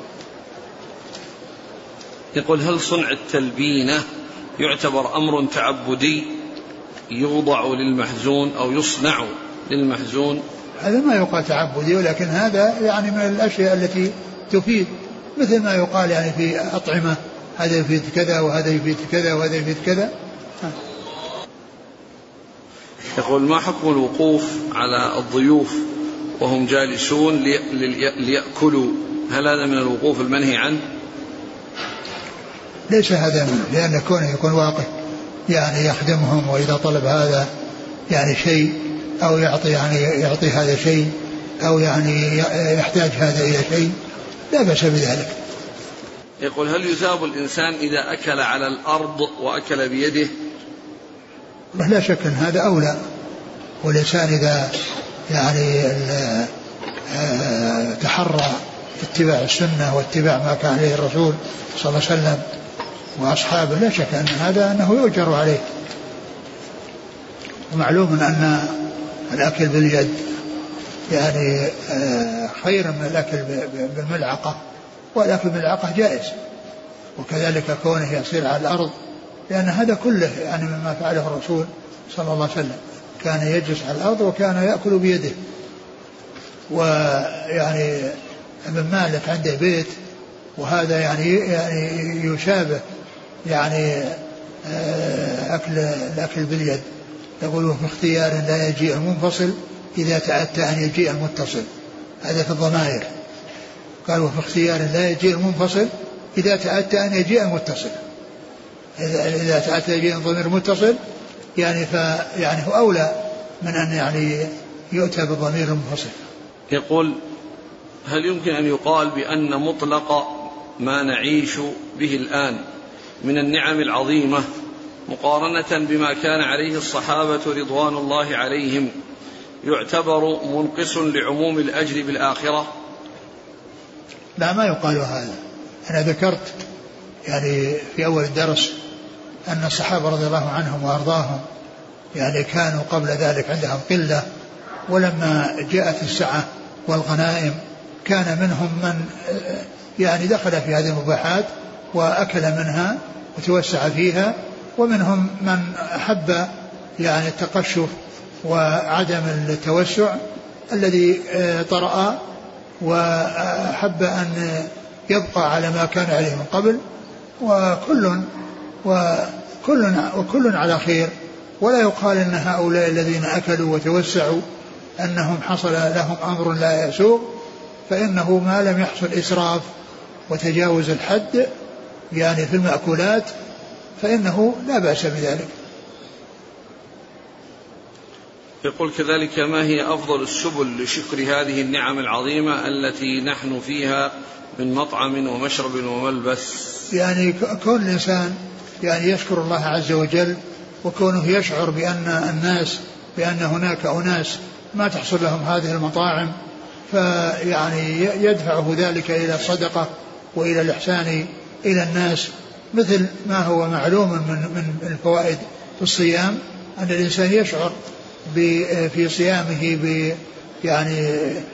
يقول هل صنع التلبينة يعتبر أمر تعبدي يوضع للمحزون أو يصنع للمحزون؟ هذا ما يقال تعبدي، ولكن هذا يعني من الأشياء التي تفيد، مثل ما يقال يعني في أطعمة هذا يفيد كذا وهذا يفيد كذا وهذا يفيد كذا. يقول ما حكم الوقوف على الضيوف وهم جالسون ليأكلوا؟ هل هذا من الوقوف المنهي عنه؟ ليس هذا منه، لأن كونه يكون واقف يعني يخدمهم، وإذا طلب هذا يعني شيء أو يعطي يعني يعطي هذا شيء أو يعني يحتاج هذا إلى شيء لا بأس بذلك. يقول هل يثاب الإنسان إذا أكل على الأرض وأكل بيده؟ لا شك أن هذا أولى، والإنسان إذا يعني تحرى اتباع السنة واتباع ما كان عليه الرسول صلى الله عليه وسلم وأصحابه لا شك أن هذا أنه يؤجر عليه. ومعلوم أن الأكل باليد يعني خير من الأكل بالملعقة، والأكل بالملعقة جائز، وكذلك كونه يصير على الأرض، لأن هذا كله يعني مما فعله الرسول صلى الله عليه وسلم، كان يجلس على الأرض وكان يأكل بيده. ويعني ابن مالك عنده بيت، وهذا يعني يعني يشابه يعني أكل الأكل باليد. يقول في اختيار لا يجيء المنفصل إذا تأتى أن يجيء المتصل، هذا في الضمائر. قالوا في اختيار لا يجيء المنفصل إذا تأتى أن يجيء المتصل، إذا تأتى يجيء الضمير المتصل يعني فيعني هو أولى من أن يعني يؤتى بالضمير المنفصل. يقول هل يمكن أن يقال بأن مطلق ما نعيش به الآن من النعم العظيمة مقارنة بما كان عليه الصحابة رضوان الله عليهم يعتبر منقص لعموم الأجر بالآخرة؟ لا، ما يقال هذا. أنا ذكرت يعني في أول الدرس أن الصحابة رضي الله عنهم وأرضاهم يعني كانوا قبل ذلك عندهم قلة، ولما جاءت السعة والغنائم كان منهم من يعني دخل في هذه المباحات وأكل منها وتوسع فيها، ومنهم من أحب يعني التقشف وعدم التوسع الذي طرأ، وأحب أن يبقى على ما كان عليه من قبل، وكل وكل وكل على خير. ولا يقال أن هؤلاء الذين أكلوا وتوسعوا أنهم حصل لهم أمر لا يسوغ، فإنه ما لم يحصل إسراف وتجاوز الحد يعني في المأكولات فإنه لا بأس بذلك. يقول كذلك ما هي أفضل السبل لشكر هذه النعم العظيمة التي نحن فيها من مطعم ومشرب وملبس؟ يعني كون الإنسان يعني يشكر الله عز وجل، وكونه يشعر بأن الناس بأن هناك أناس ما تحصل لهم هذه المطاعم، فيعني يدفعه ذلك إلى الصدقة وإلى الإحسان إلى الناس، مثل ما هو معلوم من من الفوائد في الصيام أن الإنسان يشعر في صيامه ب يعني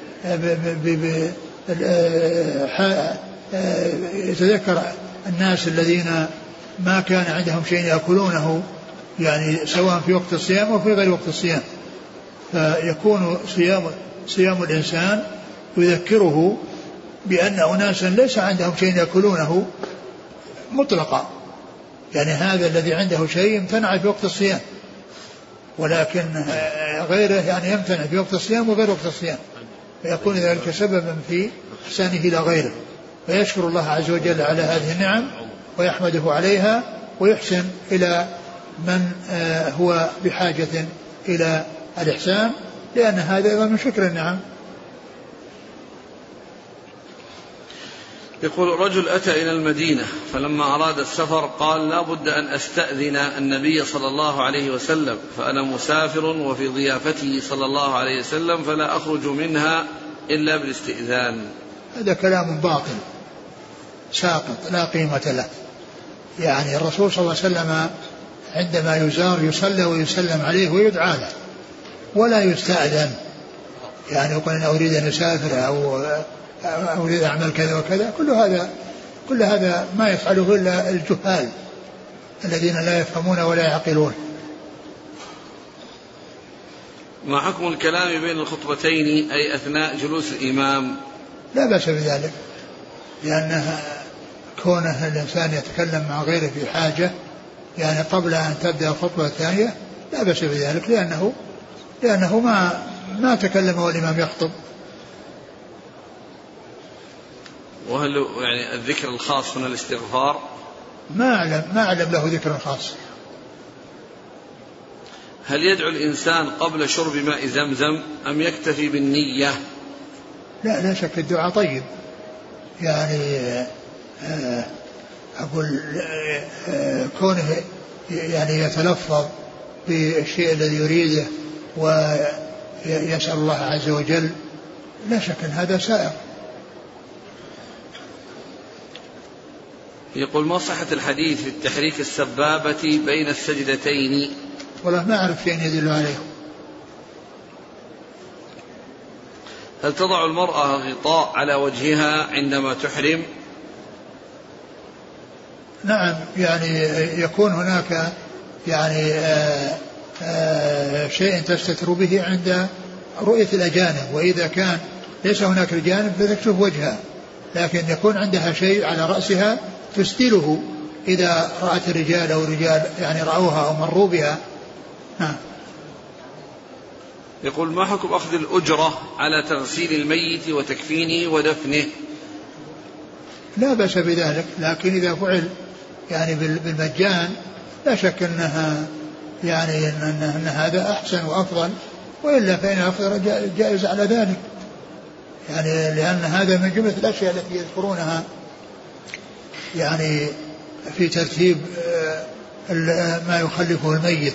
يتذكر الناس الذين ما كان عندهم شيء يأكلونه يعني سواء في وقت الصيام أو في غير وقت الصيام، فيكون صيام صيام الإنسان يذكره بأن أناسا ليس عندهم شيء يأكلونه مطلقا، يعني هذا الذي عنده شيء يمتنع في وقت الصيام، ولكن غيره يعني يمتنع في وقت الصيام وغير وقت الصيام، فيكون ذلك سببا في إحسانه إلى غيره، فيشكر الله عز وجل على هذه النعم ويحمده عليها ويحسن إلى من هو بحاجة إلى الإحسان، لأن هذا أيضا من شكر النعم. يقول رجل أتى إلى المدينة فلما أراد السفر قال لا بد أن أستأذن النبي صلى الله عليه وسلم، فأنا مسافر وفي ضيافته صلى الله عليه وسلم فلا أخرج منها إلا بالاستئذان. هذا كلام باطل ساقط لا قيمة له. يعني الرسول صلى الله عليه وسلم عندما يزار يصلى ويسلم عليه ويدعى له ولا يستأذن، يعني يقول أنا أريد أن أسافر أو أريد أن أعمل كذا وكذا، كل هذا كل هذا ما يفعله إلا الجهال الذين لا يفهمون ولا يعقلون. ما حكم الكلام بين الخطبتين أي أثناء جلوس الإمام؟ لا بأس بذلك، لأنه كونه الإنسان يتكلم مع غيره في حاجة يعني قبل أن تبدأ الخطبة الثانية لا بأس بذلك، لأنه لأنه ما ما تكلم والإمام يخطب. وهل يعني الذكر الخاص من الاستغفار؟ ما أعلم ما أعلم له ذكر خاص. هل يدعو الإنسان قبل شرب ماء زمزم أم يكتفي بالنية؟ لا لا شك الدعاء طيب، يعني أقول كونه يعني يتلفظ بالشيء الذي يريده ويسأل الله عز وجل لا شك أن هذا سائر. يقول ما صحة الحديث في التحريك السبابة بين السجدتين؟ والله ما أعرف شيء يدل عليه. هل تضع المرأة غطاء على وجهها عندما تحرم؟ نعم، يعني يكون هناك يعني آآ آآ شيء تستتر به عند رؤية الأجانب، وإذا كان ليس هناك الجانب فتكشف وجهها، لكن يكون عندها شيء على رأسها تستيله إذا رأت الرجال أو الرجال يعني رأوها أو مروا بها. نعم. يقول ما حكم أخذ الأجرة على تغسيل الميت وتكفينه ودفنه؟ لا بأس بذلك، لكن إذا فعل يعني بالمجان لا شك أنها يعني أن, أن هذا أحسن وأفضل، وإلا فإن أفضل جائز على ذلك، يعني لأن هذا من جملة الأشياء التي يذكرونها يعني في ترتيب ما يخلفه الميت.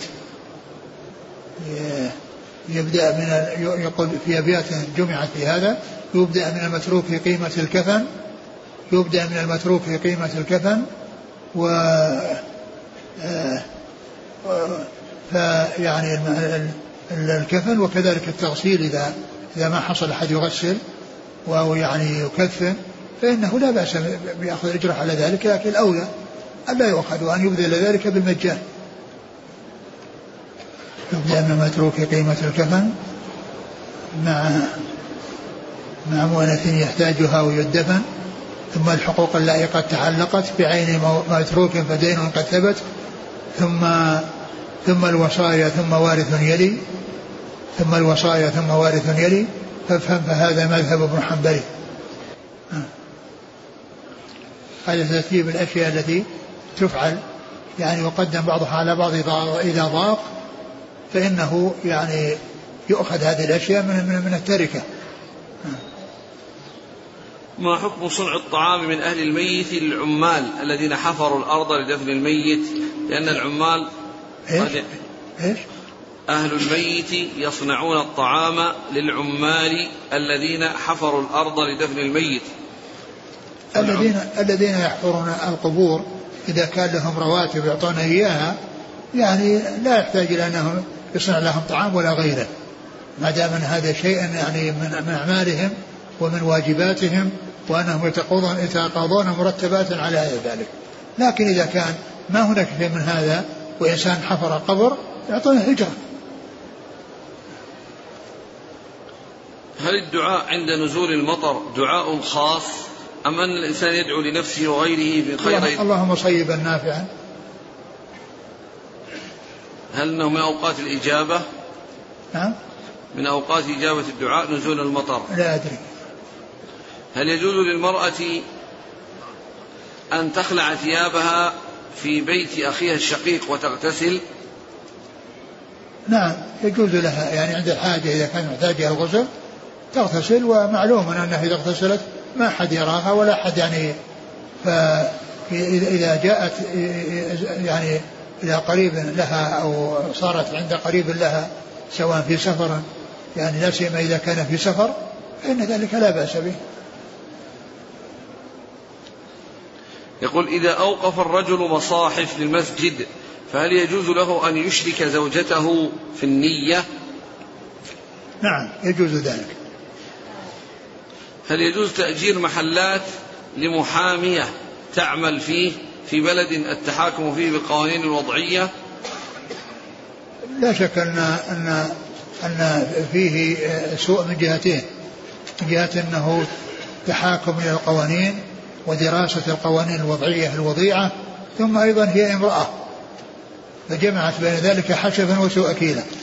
يبدأ من يقول في أبيات جمعت في هذا: يبدأ من المتروك في قيمة الكفن، يبدأ من المتروك في قيمة الكفن و فيعني الكفن، وكذلك التغسيل إذا إذا ما حصل أحد يغسل أو يعني يكفن فإنه لا بأس بأخذ الأجر على ذلك، لكن الأولى ألا يؤخذ وأن يبذل ذلك بالمجان. يبدأ من المتروك في قيمة الكفن مع مع مؤنث يحتاجها ويدفن، ثم الحقوق التي قد تعلقت بعين متروك فدين قد ثبت، ثم ثم الوصايا ثم وارث يلي ثم الوصايا ثم وارث يلي فافهم فهذا مذهب ابن حنبل. هذا ترتيب الأشياء التي تفعل، يعني يقدم بعضها على بعض إذا ضاق فإنه يعني يؤخذ هذه الأشياء من من, من التركة. ما حكم صنع الطعام من أهل الميت للعمال الذين حفروا الأرض لدفن الميت؟ لأن العمال إيش؟ إيش؟ أهل الميت يصنعون الطعام للعمال الذين حفروا الأرض لدفن الميت. الذين الذين يحفرون القبور إذا كان لهم رواتب يعطون إياها يعني لا يحتاج إلى أنهم يصنع لهم طعام ولا غيره، ما دام من هذا شيء يعني من أعمالهم ومن واجباتهم، وأنهم يتقاضون يتقاضون مرتبات على ذلك. لكن إذا كان ما هناك شيء من هذا وإنسان حفر قبر يعطونه هجرة. هل الدعاء عند نزول المطر دعاء خاص أم أن الإنسان يدعو لنفسه وغيره في خير؟ اللهم صيبا نافعا. هل أنه من أوقات الإجابة؟ نعم من أوقات إجابة الدعاء نزول المطر. لا أدري. هل يجوز للمرأة أن تخلع ثيابها في بيت أخيها الشقيق وتغتسل؟ نعم يجوز لها، يعني عند الحاجة إذا كان محتاجة الغسل تغتسل، ومعلوم أنها إذا اغتسلت ما حد يراها ولا حد يعني، فإذا جاءت يعني إلى قريب لها أو صارت عند قريب لها سواء في سفر يعني لا سيما إذا كان في سفر فإن ذلك لا بأس به. يقول إذا أوقف الرجل مصاحف للمسجد فهل يجوز له أن يشرك زوجته في النية؟ نعم يجوز ذلك. هل يجوز تأجير محلات لمحامية تعمل فيه في بلد التحاكم فيه بالقوانين الوضعية؟ لا شك أن أن أن فيه سوء من جهتين، من جهة أنه تحاكم إلى القوانين ودراسة القوانين الوضعية الوضيعة، ثم أيضا هي امرأة فجمعت بين ذلك حشفا وسوء أكيلا.